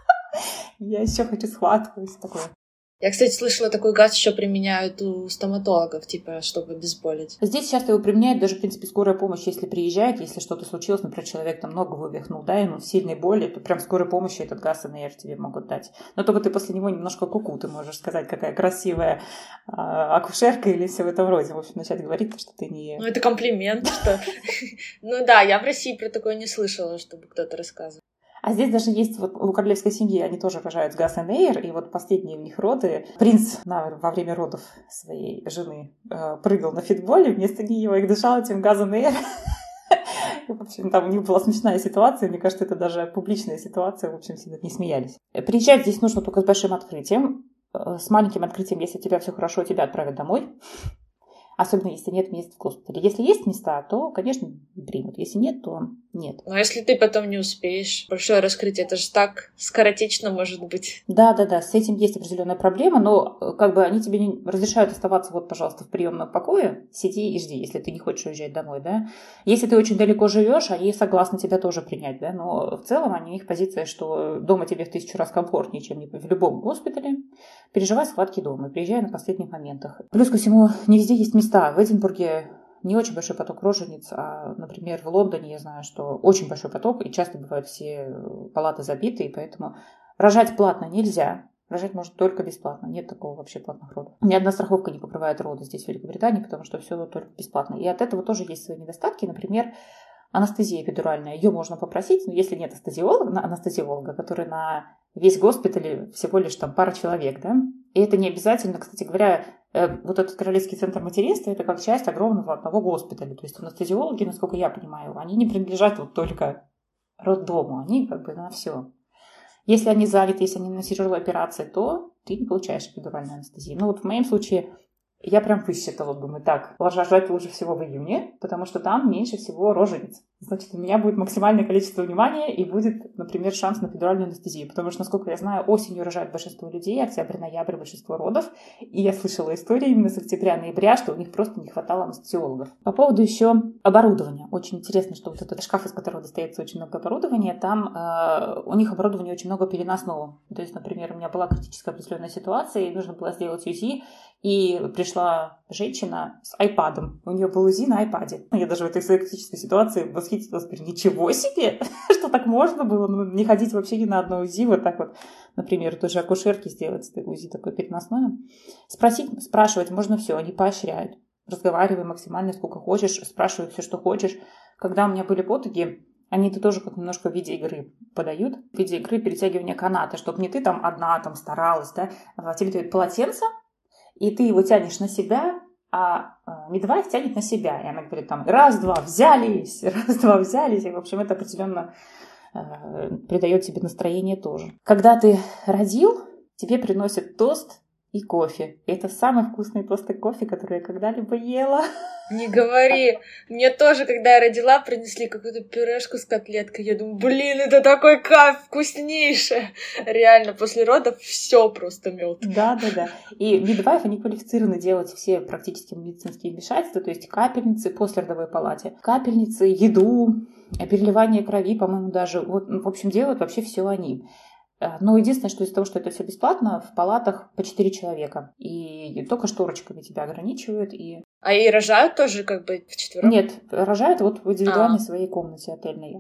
S2: Я еще хочу схватку и все такое.
S5: Я, кстати, слышала, такой газ еще применяют у стоматологов, типа, чтобы обезболить.
S2: Здесь часто его применяют даже, в принципе, скорая помощь, если приезжает, если что-то случилось, например, человек там много вывихнул, да, ему сильной боли, то прям скорой помощи этот газ эн эр тебе могут дать. Но только ты после него немножко куку, ты можешь сказать, какая красивая а, акушерка или все в этом роде. В общем, начать говорить, что ты не...
S5: Ну, это комплимент, что... Ну да, я в России про такое не слышала, чтобы кто-то рассказывал.
S2: А здесь даже есть вот у королевской семьи, они тоже рожают с Gas and Air, и вот последние у них роды. Принц на, во время родов своей жены э, прыгал на фитболе, вместо нее их дышал этим Gas and Air. В общем, там у них была смешная ситуация, мне кажется, это даже публичная ситуация, в общем, все над ней смеялись. Приезжать здесь нужно только с большим открытием. С маленьким открытием, если у тебя все хорошо, тебя отправят домой. Особенно, если нет мест в госпитале. Если есть места, то, конечно, примут. Если нет, то нет.
S5: Но если ты потом не успеешь, большое раскрытие, это же так скоротечно может быть.
S2: Да-да-да, с этим есть определенная проблема, но как бы они тебе не разрешают оставаться, вот, пожалуйста, в приемном покое, сиди и жди, если ты не хочешь уезжать домой, да. Если ты очень далеко живешь, они согласны тебя тоже принять, да, но в целом они, их позиция, что дома тебе в тысячу раз комфортнее, чем в любом госпитале. Переживай схватки дома, приезжай на последних моментах. Плюс ко всему, не везде есть места. В Эдинбурге не очень большой поток рожениц, а, например, в Лондоне я знаю, что очень большой поток, и часто бывают все палаты забиты, и поэтому рожать платно нельзя. Рожать можно только бесплатно. Нет такого вообще платных родов. Ни одна страховка не покрывает роды здесь, в Великобритании, потому что все только бесплатно. И от этого тоже есть свои недостатки. Например, анестезия эпидуральная. Ее можно попросить, но если нет анестезиолога, анестезиолога, который на весь госпиталь всего лишь там пара человек, да, И это не обязательно, кстати говоря, вот этот Королевский центр материнства, это как часть огромного одного госпиталя. То есть анестезиологи, насколько я понимаю, они не принадлежат вот только роддому, они как бы на все. Если они заняты, если они на тяжелой операции, то ты не получаешь эпидуральную анестезию. Ну вот в моем случае я прям высчитала, думаю, так, рожать лучше всего в июне, потому что там меньше всего рожениц. Значит, у меня будет максимальное количество внимания и будет, например, шанс на эпидуральную анестезию. Потому что, насколько я знаю, осенью рожают большинство людей, октябрь-ноябрь большинство родов. И я слышала истории именно с октября-ноября, что у них просто не хватало анестезиологов. По поводу еще оборудования. Очень интересно, что вот этот шкаф, из которого достается очень много оборудования, там э, у них оборудования очень много переносного. То есть, например, у меня была критическая определенная ситуация, и нужно было сделать УЗИ, и пришла женщина с айпадом. У нее был УЗИ на айпаде. Я даже в этой своей критической ситуации восхитилась. Говорю, ничего себе, что так можно было, ну, не ходить вообще ни на одно УЗИ, вот так вот, например, той же акушерки сделать УЗИ такое переносное. Спросить, спрашивать можно все, они поощряют. Разговаривай максимально сколько хочешь, спрашивай все, что хочешь. Когда у меня были потуги, они это тоже как немножко в виде игры подают. В виде игры перетягивания каната, чтобы не ты там одна там старалась, да, а тебе дают полотенце, и ты его тянешь на себя, а мидвайф тянет на себя. И она говорит там раз-два, взялись, раз-два, взялись. И, в общем, это определенно э, придает тебе настроение тоже. Когда ты родил, тебе приносят тост и кофе. И это самый вкусный тост и кофе, который я когда-либо ела.
S5: Не говори. Мне тоже, когда я родила, принесли какую-то пюрешку с котлеткой. Я думаю, блин, это такой кайф, вкуснейшее. Реально, после родов все просто мед.
S2: Да, да, да. И мидвайф, они квалифицированы делать все практически медицинские вмешательства, то есть капельницы после родовой палате, капельницы, еду, переливание крови, по-моему, даже. Вот, в общем, делают вообще все они. Но единственное, что из-за того, что это все бесплатно, в палатах по четыре человека. И только шторочками тебя ограничивают. И...
S5: А и рожают тоже как бы вчетвером?
S2: Нет, рожают вот в индивидуальной а. своей комнате отельной.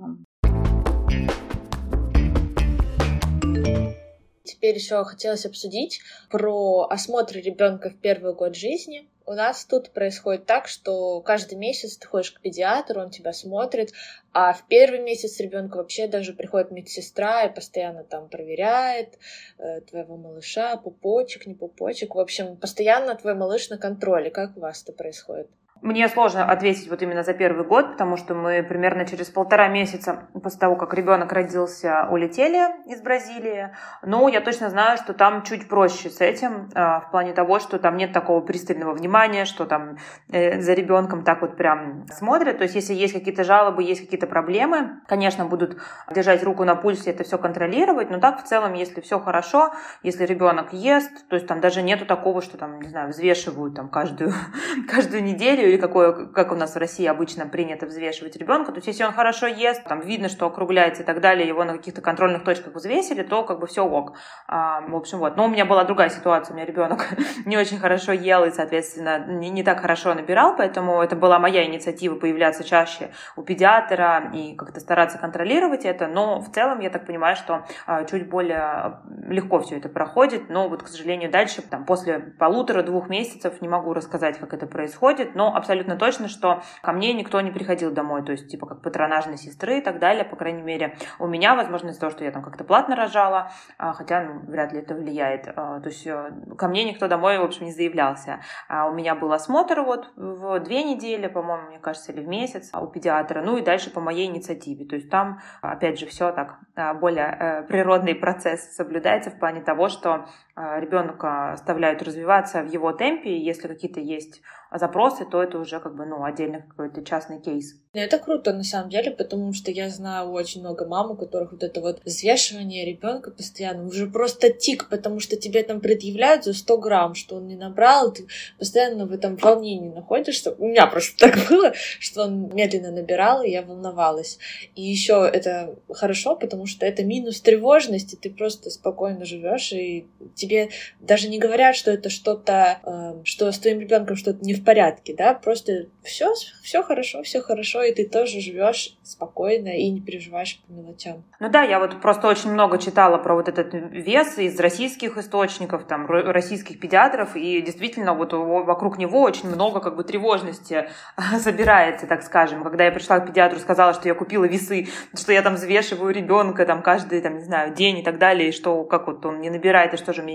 S5: Теперь еще хотелось обсудить про осмотр ребенка в первый год жизни. У нас тут происходит так, что каждый месяц ты ходишь к педиатру, он тебя смотрит, а в первый месяц ребенка вообще даже приходит медсестра и постоянно там проверяет э, твоего малыша, пупочек, не пупочек. В общем, постоянно твой малыш на контроле. Как у вас это происходит?
S1: Мне сложно ответить вот именно за первый год, потому что мы примерно через полтора месяца после того, как ребенок родился, улетели из Бразилии. Но я точно знаю, что там чуть проще с этим, в плане того, что там нет такого пристального внимания, что там за ребенком так вот прям смотрят. То есть если есть какие-то жалобы, есть какие-то проблемы, конечно, будут держать руку на пульсе, это все контролировать. Но так в целом, если все хорошо, если ребенок ест, то есть там даже нету такого, что там, не знаю, взвешивают там каждую, каждую неделю, или какое, как у нас в России обычно принято взвешивать ребенка. То есть если он хорошо ест, там видно, что округляется и так далее, его на каких-то контрольных точках взвесили, то как бы все ок. А, в общем, вот. Но у меня была другая ситуация, у меня ребенок не очень хорошо ел и, соответственно, не, не так хорошо набирал, поэтому это была моя инициатива появляться чаще у педиатра и как-то стараться контролировать это, но в целом я так понимаю, что а, чуть более легко все это проходит, но вот, к сожалению, дальше, там, после полутора-двух месяцев не могу рассказать, как это происходит, но абсолютно точно, что ко мне никто не приходил домой, то есть типа как патронажной сестры и так далее, по крайней мере, у меня, возможно, из-за того, что я там как-то платно рожала, хотя, ну, вряд ли это влияет, то есть ко мне никто домой, в общем, не заявлялся. У меня был осмотр вот в две недели, по-моему, мне кажется, или в месяц у педиатра, ну и дальше по моей инициативе, то есть там, опять же, все так более природный процесс соблюдается в плане того, что ребенка оставляют развиваться в его темпе, и если какие-то есть запросы, то это уже как бы, ну, отдельно какой-то частный кейс.
S5: Это круто, на самом деле, потому что я знаю очень много мам, у которых вот это вот взвешивание ребенка постоянно уже просто тик, потому что тебе там предъявляют за сто грамм, что он не набрал, ты постоянно в этом волнении находишься. У меня просто так было, что он медленно набирал, и я волновалась. И еще это хорошо, потому что это минус тревожности, ты просто спокойно живешь, и тебе даже не говорят, что это что-то, э, что с твоим ребенком что-то не в порядке, да, просто все, все хорошо, все хорошо, и ты тоже живешь спокойно и не переживаешь по мелочам.
S1: Ну да, я вот просто очень много читала про вот этот вес из российских источников, там, российских педиатров, и действительно вот вокруг него очень много как бы тревожности собирается, так скажем. Когда я пришла к педиатру, сказала, что я купила весы, что я там взвешиваю ребенка там каждый, там, не знаю, день и так далее, и что как вот он не набирает, и что же мне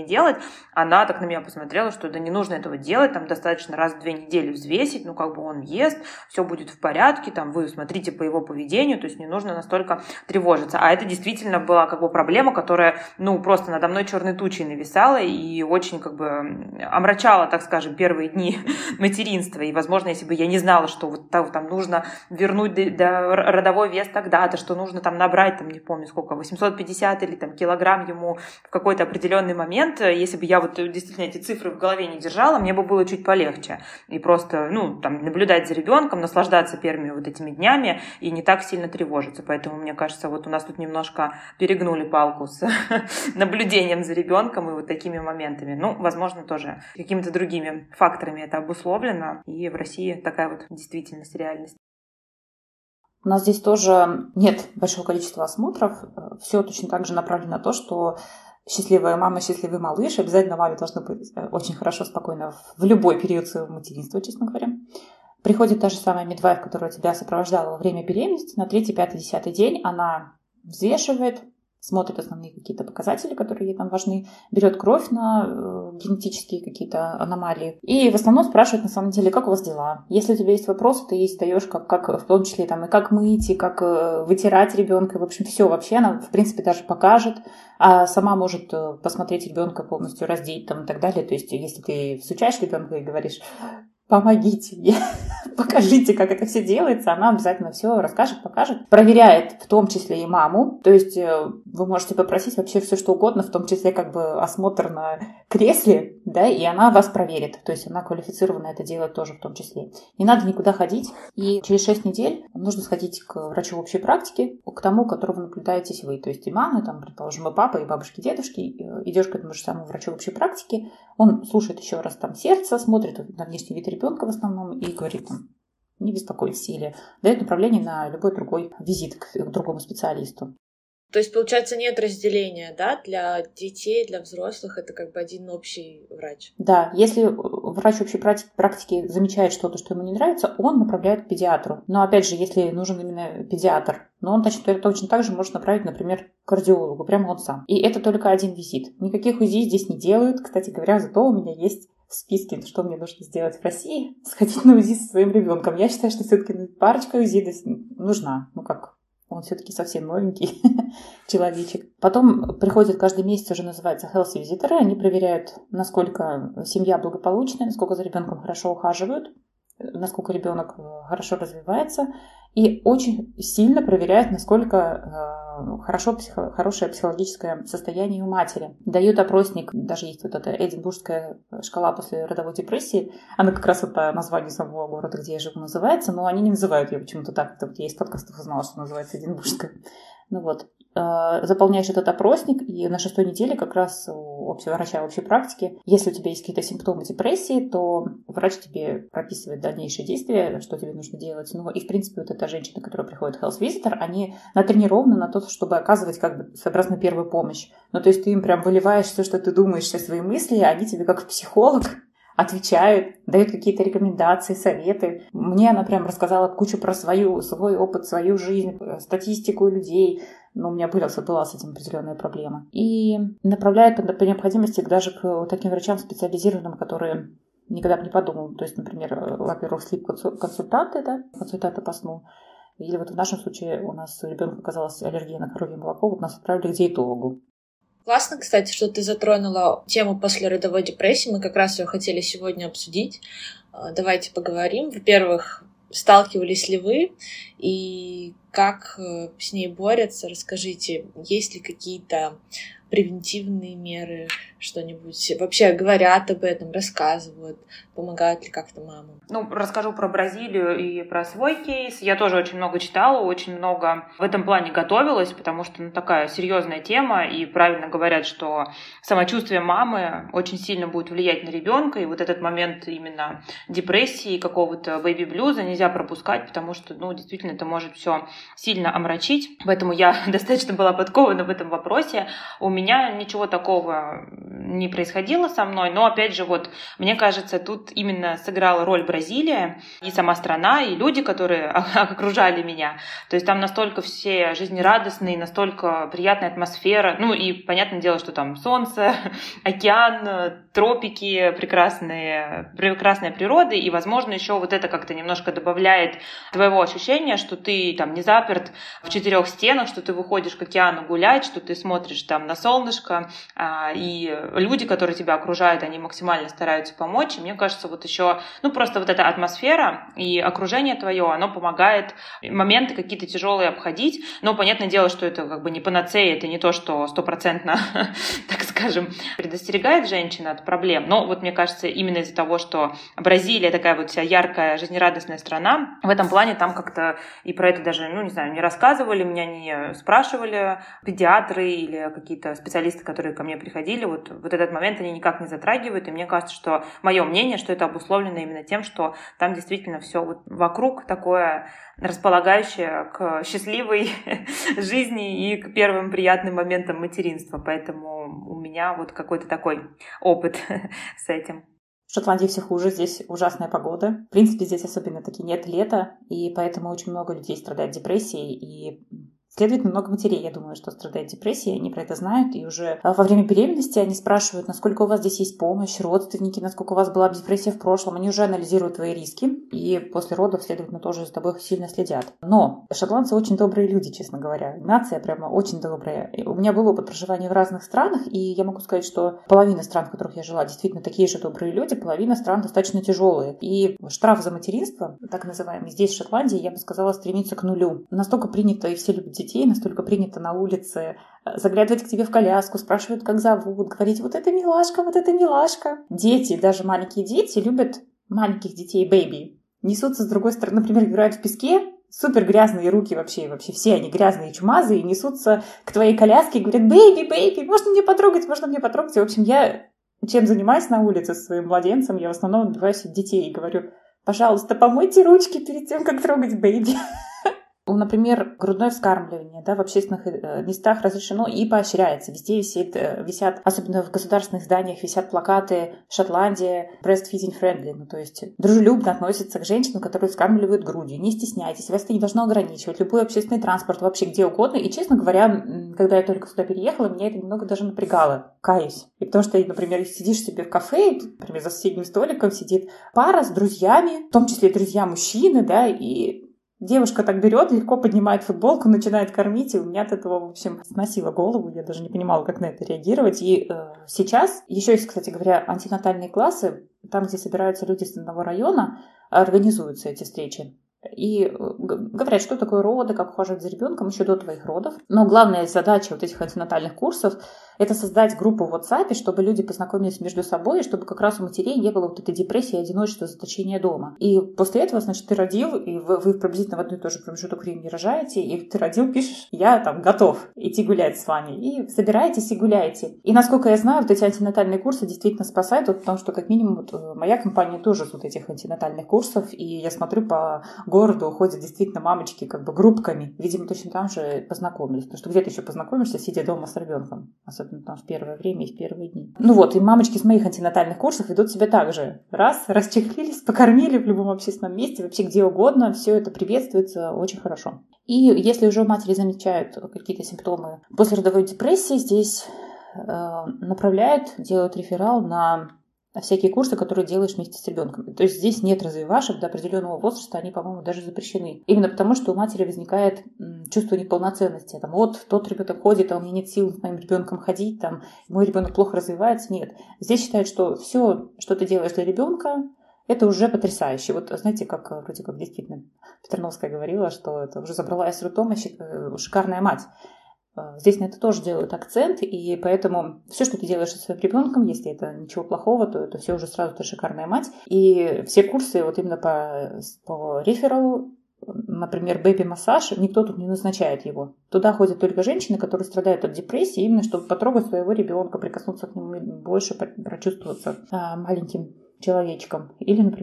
S1: делать, она так на меня посмотрела, что да не нужно этого делать, там достаточно раз в две недели взвесить, ну как бы он ест, все будет в порядке, там вы смотрите по его поведению, то есть не нужно настолько тревожиться. А это действительно была как бы проблема, которая, ну, просто надо мной черной тучей нависала и очень как бы омрачала, так скажем, первые дни материнства. И, возможно, если бы я не знала, что вот там, там нужно вернуть до, до родовой вес тогда-то, что нужно там набрать, там, не помню сколько, восемьсот пятьдесят или там килограмм ему в какой-то определенный момент, если бы я вот действительно эти цифры в голове не держала, мне бы было чуть полегче. И просто, ну, там, наблюдать за ребенком, наслаждаться первыми вот этими днями и не так сильно тревожиться. Поэтому, мне кажется, вот у нас тут немножко перегнули палку с наблюдением за ребенком и вот такими моментами. Ну, возможно, тоже какими-то другими факторами это обусловлено. И в России такая вот действительность, реальность.
S2: У нас здесь тоже нет большого количества осмотров. Все точно так же направлено на то, что счастливая мама, счастливый малыш. Обязательно маме должно быть очень хорошо, спокойно в любой период своего материнства, честно говоря. Приходит та же самая мидвайф, которая тебя сопровождала во время беременности. На третий, пятый, десятый день она взвешивает, смотрит основные какие-то показатели, которые ей там важны, берет кровь на э, генетические какие-то аномалии и в основном спрашивает на самом деле, как у вас дела. Если у тебя есть вопросы, ты ей задаешь, как, как в том числе там, и как мыть, и как э, вытирать ребенка, в общем, все вообще она, в принципе, даже покажет, а сама может э, посмотреть ребенка полностью, раздеть там и так далее. То есть, если ты всучаешь ребенка и говоришь: помогите мне, покажите, как это все делается, она обязательно все расскажет, покажет. Проверяет в том числе и маму, то есть вы можете попросить вообще все что угодно, в том числе как бы осмотр на кресле, да, и она вас проверит, то есть она квалифицирована это делать тоже в том числе. Не надо никуда ходить, и через шесть недель нужно сходить к врачу общей практики, к тому, которого наблюдаетесь вы, то есть и мама, там, предположим, и папа, и бабушки, дедушки, идешь к этому же самому врачу общей практики, он слушает еще раз там сердце, смотрит на внешний вид ребенка в основном и говорит там: не беспокойтесь, или дает направление на любой другой визит к, к другому специалисту.
S5: То есть, получается, нет разделения, да, для детей, для взрослых, это как бы один общий врач?
S2: Да, если врач общей практики замечает что-то, что ему не нравится, он направляет к педиатру. Но, опять же, если нужен именно педиатр, но он точно, точно так же может направить, например, к кардиологу, прямо он сам. И это только один визит. Никаких УЗИ здесь не делают. Кстати говоря, зато у меня есть в списке, что мне нужно сделать в России, сходить на УЗИ со своим ребенком. Я считаю, что все-таки парочка УЗИ нужна. Ну как, он все-таки совсем новенький человечек. Потом приходят каждый месяц, уже называется healthy визиторы. Они проверяют, насколько семья благополучная, насколько за ребенком хорошо ухаживают, насколько ребенок хорошо развивается, и очень сильно проверяют, насколько э, хорошо, психо, хорошее психологическое состояние у матери. Дают опросник, даже есть вот эта Эдинбургская шкала после родовой депрессии, она как раз вот по названию самого города, где я живу, называется, но они не называют ее почему-то так. Это вот я из подкастов узнала, что называется Эдинбургская. Ну вот, заполняешь этот опросник, и на шестой неделе как раз у общего врача общей практики, если у тебя есть какие-то симптомы депрессии, то врач тебе прописывает дальнейшие действия, что тебе нужно делать. Ну и, в принципе, вот эта женщина, которая приходит в health visitor, они натренированы на то, чтобы оказывать как бы своеобразную первую помощь. Ну, то есть ты им прям выливаешь все, что ты думаешь, все свои мысли, а они тебе как психолог отвечают, дают какие-то рекомендации, советы. Мне она прям рассказала кучу про свою, свой опыт, свою жизнь, статистику людей. Но у меня была, была с этим определенная проблема. И направляет по, по необходимости даже к таким врачам специализированным, которые никогда бы не подумал. То есть, например, во-первых, слип-консультанты, да, консультанты по сну. Или вот в нашем случае у нас у ребенка оказалась аллергия на коровье молоко, вот нас отправили к диетологу.
S5: Классно, кстати, что ты затронула тему послеродовой депрессии. Мы как раз ее хотели сегодня обсудить. Давайте поговорим. Во-первых, сталкивались ли вы и как с ней борются? Расскажите, есть ли какие-то превентивные меры, что-нибудь? Вообще говорят об этом, рассказывают, помогают ли как-то мамам?
S1: Ну, расскажу про Бразилию и про свой кейс. Я тоже очень много читала, очень много в этом плане готовилась, потому что ну, такая серьезная тема, и правильно говорят, что самочувствие мамы очень сильно будет влиять на ребенка, и вот этот момент именно депрессии, какого-то бэйби-блюза нельзя пропускать, потому что, ну, действительно, это может все сильно омрачить. Поэтому я достаточно была подкована в этом вопросе. У меня ничего такого не происходило со мной, но, опять же, вот, мне кажется, тут именно сыграла роль Бразилия, и сама страна, и люди, которые окружали меня. То есть там настолько все жизнерадостные, настолько приятная атмосфера, ну и понятное дело, что там солнце, океан, тропики, прекрасные, прекрасная природа, и, возможно, еще вот это как-то немножко добавляет твоего ощущения, что ты там не заперт в четырех стенах, что ты выходишь к океану гулять, что ты смотришь там на солнышко, и люди, которые тебя окружают, они максимально стараются помочь. И мне кажется, вот еще, ну, просто вот эта атмосфера и окружение твое, оно помогает моменты какие-то тяжелые обходить. Но понятное дело, что это как бы не панацея, это не то, что стопроцентно, так скажем, предостерегает женщин от проблем. Но вот мне кажется, именно из-за того, что Бразилия такая вот вся яркая, жизнерадостная страна, в этом плане там как-то и про это даже, ну, не знаю, не рассказывали, меня не спрашивали педиатры или какие-то специалисты, которые ко мне приходили. Вот, вот этот момент они никак не затрагивают. И мне кажется, что мое мнение, что это обусловлено именно тем, что там действительно все вот вокруг такое располагающее к счастливой жизни и к первым приятным моментам материнства. Поэтому у меня вот какой-то такой опыт с этим.
S2: В Шотландии все хуже, здесь ужасная погода. В принципе, здесь особенно-таки нет лета, и поэтому очень много людей страдает депрессией, и следовательно, много матерей, я думаю, что страдает депрессией, они про это знают, и уже во время беременности они спрашивают, насколько у вас здесь есть помощь, родственники, насколько у вас была депрессия в прошлом, они уже анализируют твои риски, и после родов, следовательно, тоже за тобой сильно следят. Но шотландцы очень добрые люди, честно говоря, нация прямо очень добрая. У меня был опыт проживания в разных странах, и я могу сказать, что половина стран, в которых я жила, действительно такие же добрые люди, половина стран достаточно тяжелые. И штраф за материнство, так называемый, здесь, в Шотландии, я бы сказала, стремится к нулю. Настолько принято, и все любят детей, настолько принято на улице заглядывать к тебе в коляску, спрашивают, как зовут, говорить, вот это милашка, вот это милашка. Дети, даже маленькие дети, любят маленьких детей, бэйби. Несутся с другой стороны, например, играют в песке, супер грязные руки вообще, вообще все они грязные, чумазые, несутся к твоей коляске и говорят, бэйби, бэйби, можно мне потрогать, можно мне потрогать. И, в общем, я чем занимаюсь на улице со своим младенцем, я в основном отбиваюсь от детей и говорю, пожалуйста, помойте ручки перед тем, как трогать бэйби. Например, грудное вскармливание, да, в общественных местах разрешено и поощряется. Везде висит, висят, особенно в государственных зданиях, висят плакаты «Шотландия breastfeeding friendly», ну, то есть дружелюбно относятся к женщинам, которые вскармливают грудью. Не стесняйтесь, вас это не должно ограничивать. Любой общественный транспорт, вообще где угодно. И, честно говоря, когда я только сюда переехала, меня это немного даже напрягало. Каюсь. И потому что, например, сидишь себе в кафе, например, за соседним столиком сидит пара с друзьями, в том числе друзья-мужчины, да, и девушка так берет, легко поднимает футболку, начинает кормить, и у меня от этого, в общем, сносило голову, я даже не понимала, как на это реагировать. И э, сейчас еще есть, кстати говоря, антинатальные классы, там, где собираются люди с одного района, организуются эти встречи. И говорят, что такое роды, как ухаживать за ребенком еще до твоих родов. Но главная задача вот этих антинатальных курсов – это создать группу в WhatsApp, чтобы люди познакомились между собой, и чтобы как раз у матерей не было вот этой депрессии, одиночества, заточения дома. И после этого, значит, ты родил, и вы, вы приблизительно в одну и ту же промежуток времени рожаете, и ты родил, пишешь, я там готов идти гулять с вами. И собираетесь и гуляете. И насколько я знаю, вот эти антинатальные курсы действительно спасают, вот, потому что, как минимум, вот, моя компания тоже с вот этих антинатальных курсов, и я смотрю по городу ходят действительно мамочки как бы группками. Видимо, точно там же познакомились. Потому что где ты еще познакомишься, сидя дома с ребенком. Особенно там в первое время и в первые дни. Ну вот, и мамочки с моих антинатальных курсов ведут себя так же. Раз, расчехлились, покормили в любом общественном месте, вообще где угодно. Все это приветствуется очень хорошо. И если уже матери замечают какие-то симптомы послеродовой депрессии, здесь э, направляют, делают реферал на всякие курсы, которые делаешь вместе с ребенком. То есть здесь нет развивашек до определенного возраста, они, по-моему, даже запрещены. Именно потому, что у матери возникает чувство неполноценности. Там, вот тот ребенок ходит, а у меня нет сил с моим ребенком ходить, там, мой ребенок плохо развивается. Нет. Здесь считают, что все, что ты делаешь для ребенка, это уже потрясающе. Вот знаете, как вроде как действительно Петерновская говорила, что это уже забрала из роддома шикарная мать. Здесь на это тоже делают акцент, и поэтому все, что ты делаешь со своим ребенком, если это ничего плохого, то это все уже сразу ты шикарная мать. И все курсы вот именно по, по рефералу, например, бэби-массаж, никто тут не назначает его. Туда ходят только женщины, которые страдают от депрессии, именно чтобы потрогать своего ребенка, прикоснуться к нему больше, прочувствоваться маленьким человечком. Или, например,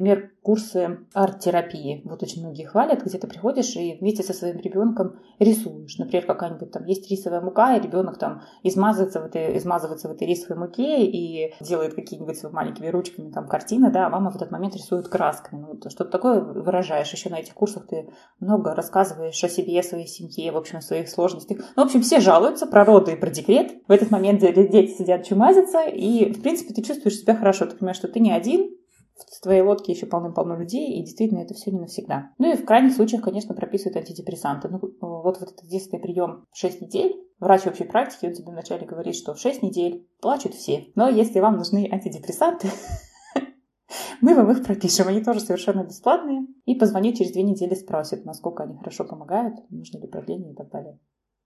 S2: курсы арт-терапии. Вот очень многие хвалят, где ты приходишь и вместе со своим ребенком рисуешь. Например, какая-нибудь там есть рисовая мука, и ребенок там измазывается в этой, измазывается в этой рисовой муке и делает какие-нибудь своими маленькими ручками там картины, да, а мама в этот момент рисует красками. Ну, вот что-то такое выражаешь. Еще на этих курсах ты много рассказываешь о себе, о своей семье, в общем, о своих сложностях. Ну, в общем, все жалуются про роды и про декрет. В этот момент дети сидят чумазятся, и, в принципе, ты чувствуешь себя хорошо. Ты понимаешь, что ты не один, в твоей лодке еще полным-полно людей, и действительно это все не навсегда. Ну и в крайних случаях, конечно, прописывают антидепрессанты. Ну, вот, вот этот единственный прием в шесть недель. Врач общей практики, он тебе вначале говорит, что в шесть недель плачут все. Но если вам нужны антидепрессанты, мы вам их пропишем. Они тоже совершенно бесплатные. И позвонить через две недели спросят, насколько они хорошо помогают, нужно ли продление и так далее.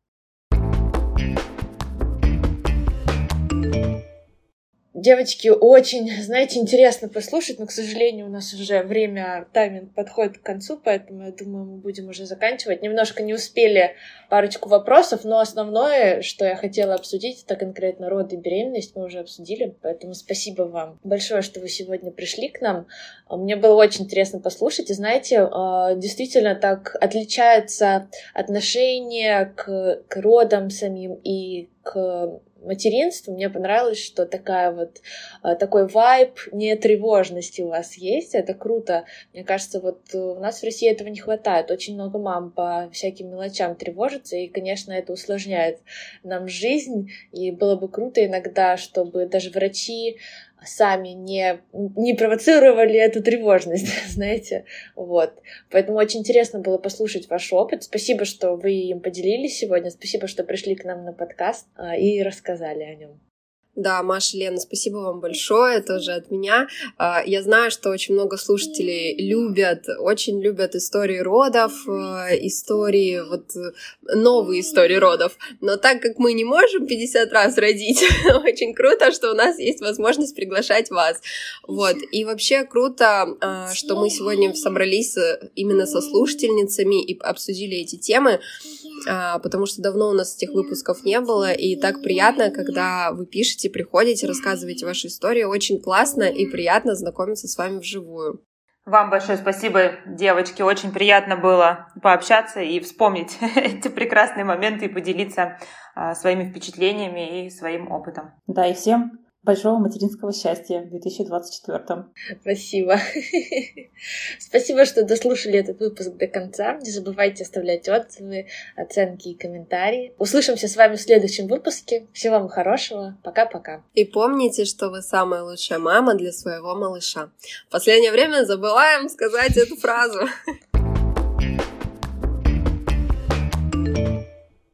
S5: Девочки, очень, знаете, интересно послушать, но, к сожалению, у нас уже время, тайминг подходит к концу, поэтому, я думаю, мы будем уже заканчивать. Немножко не успели парочку вопросов, но основное, что я хотела обсудить, это конкретно род и беременность, мы уже обсудили, поэтому спасибо вам большое, что вы сегодня пришли к нам. Мне было очень интересно послушать, и, знаете, действительно так отличается отношение к, к родам самим и к материнству. Мне понравилось, что такая вот, такой вайб нетревожности у вас есть. Это круто. Мне кажется, вот у нас в России этого не хватает. Очень много мам по всяким мелочам тревожится, и, конечно, это усложняет нам жизнь. И было бы круто иногда, чтобы даже врачи сами не, не провоцировали эту тревожность, знаете, вот. Поэтому очень интересно было послушать ваш опыт. Спасибо, что вы им поделились сегодня. Спасибо, что пришли к нам на подкаст и рассказали о нем.
S3: Да, Маша, Лена, спасибо вам большое, тоже от меня. Я знаю, что очень много слушателей любят, очень любят истории родов, истории, вот новые истории родов. Но так как мы не можем пятьдесят раз родить, очень круто, что у нас есть возможность приглашать вас. Вот. И вообще круто, что мы сегодня собрались именно со слушательницами и обсудили эти темы, потому что давно у нас этих выпусков не было, и так приятно, когда вы пишете, приходите, рассказываете ваши истории. Очень классно и приятно знакомиться с вами вживую.
S1: Вам большое спасибо, девочки. Очень приятно было пообщаться и вспомнить эти прекрасные моменты и поделиться а, своими впечатлениями и своим опытом.
S2: Да, и всем большого материнского счастья в две тысячи двадцать четвёртом.
S5: Спасибо. Спасибо, что дослушали этот выпуск до конца. Не забывайте оставлять отзывы, оценки и комментарии. Услышимся с вами в следующем выпуске. Всего вам хорошего. Пока-пока.
S3: И помните, что вы самая лучшая мама для своего малыша. В последнее время забываем сказать эту фразу.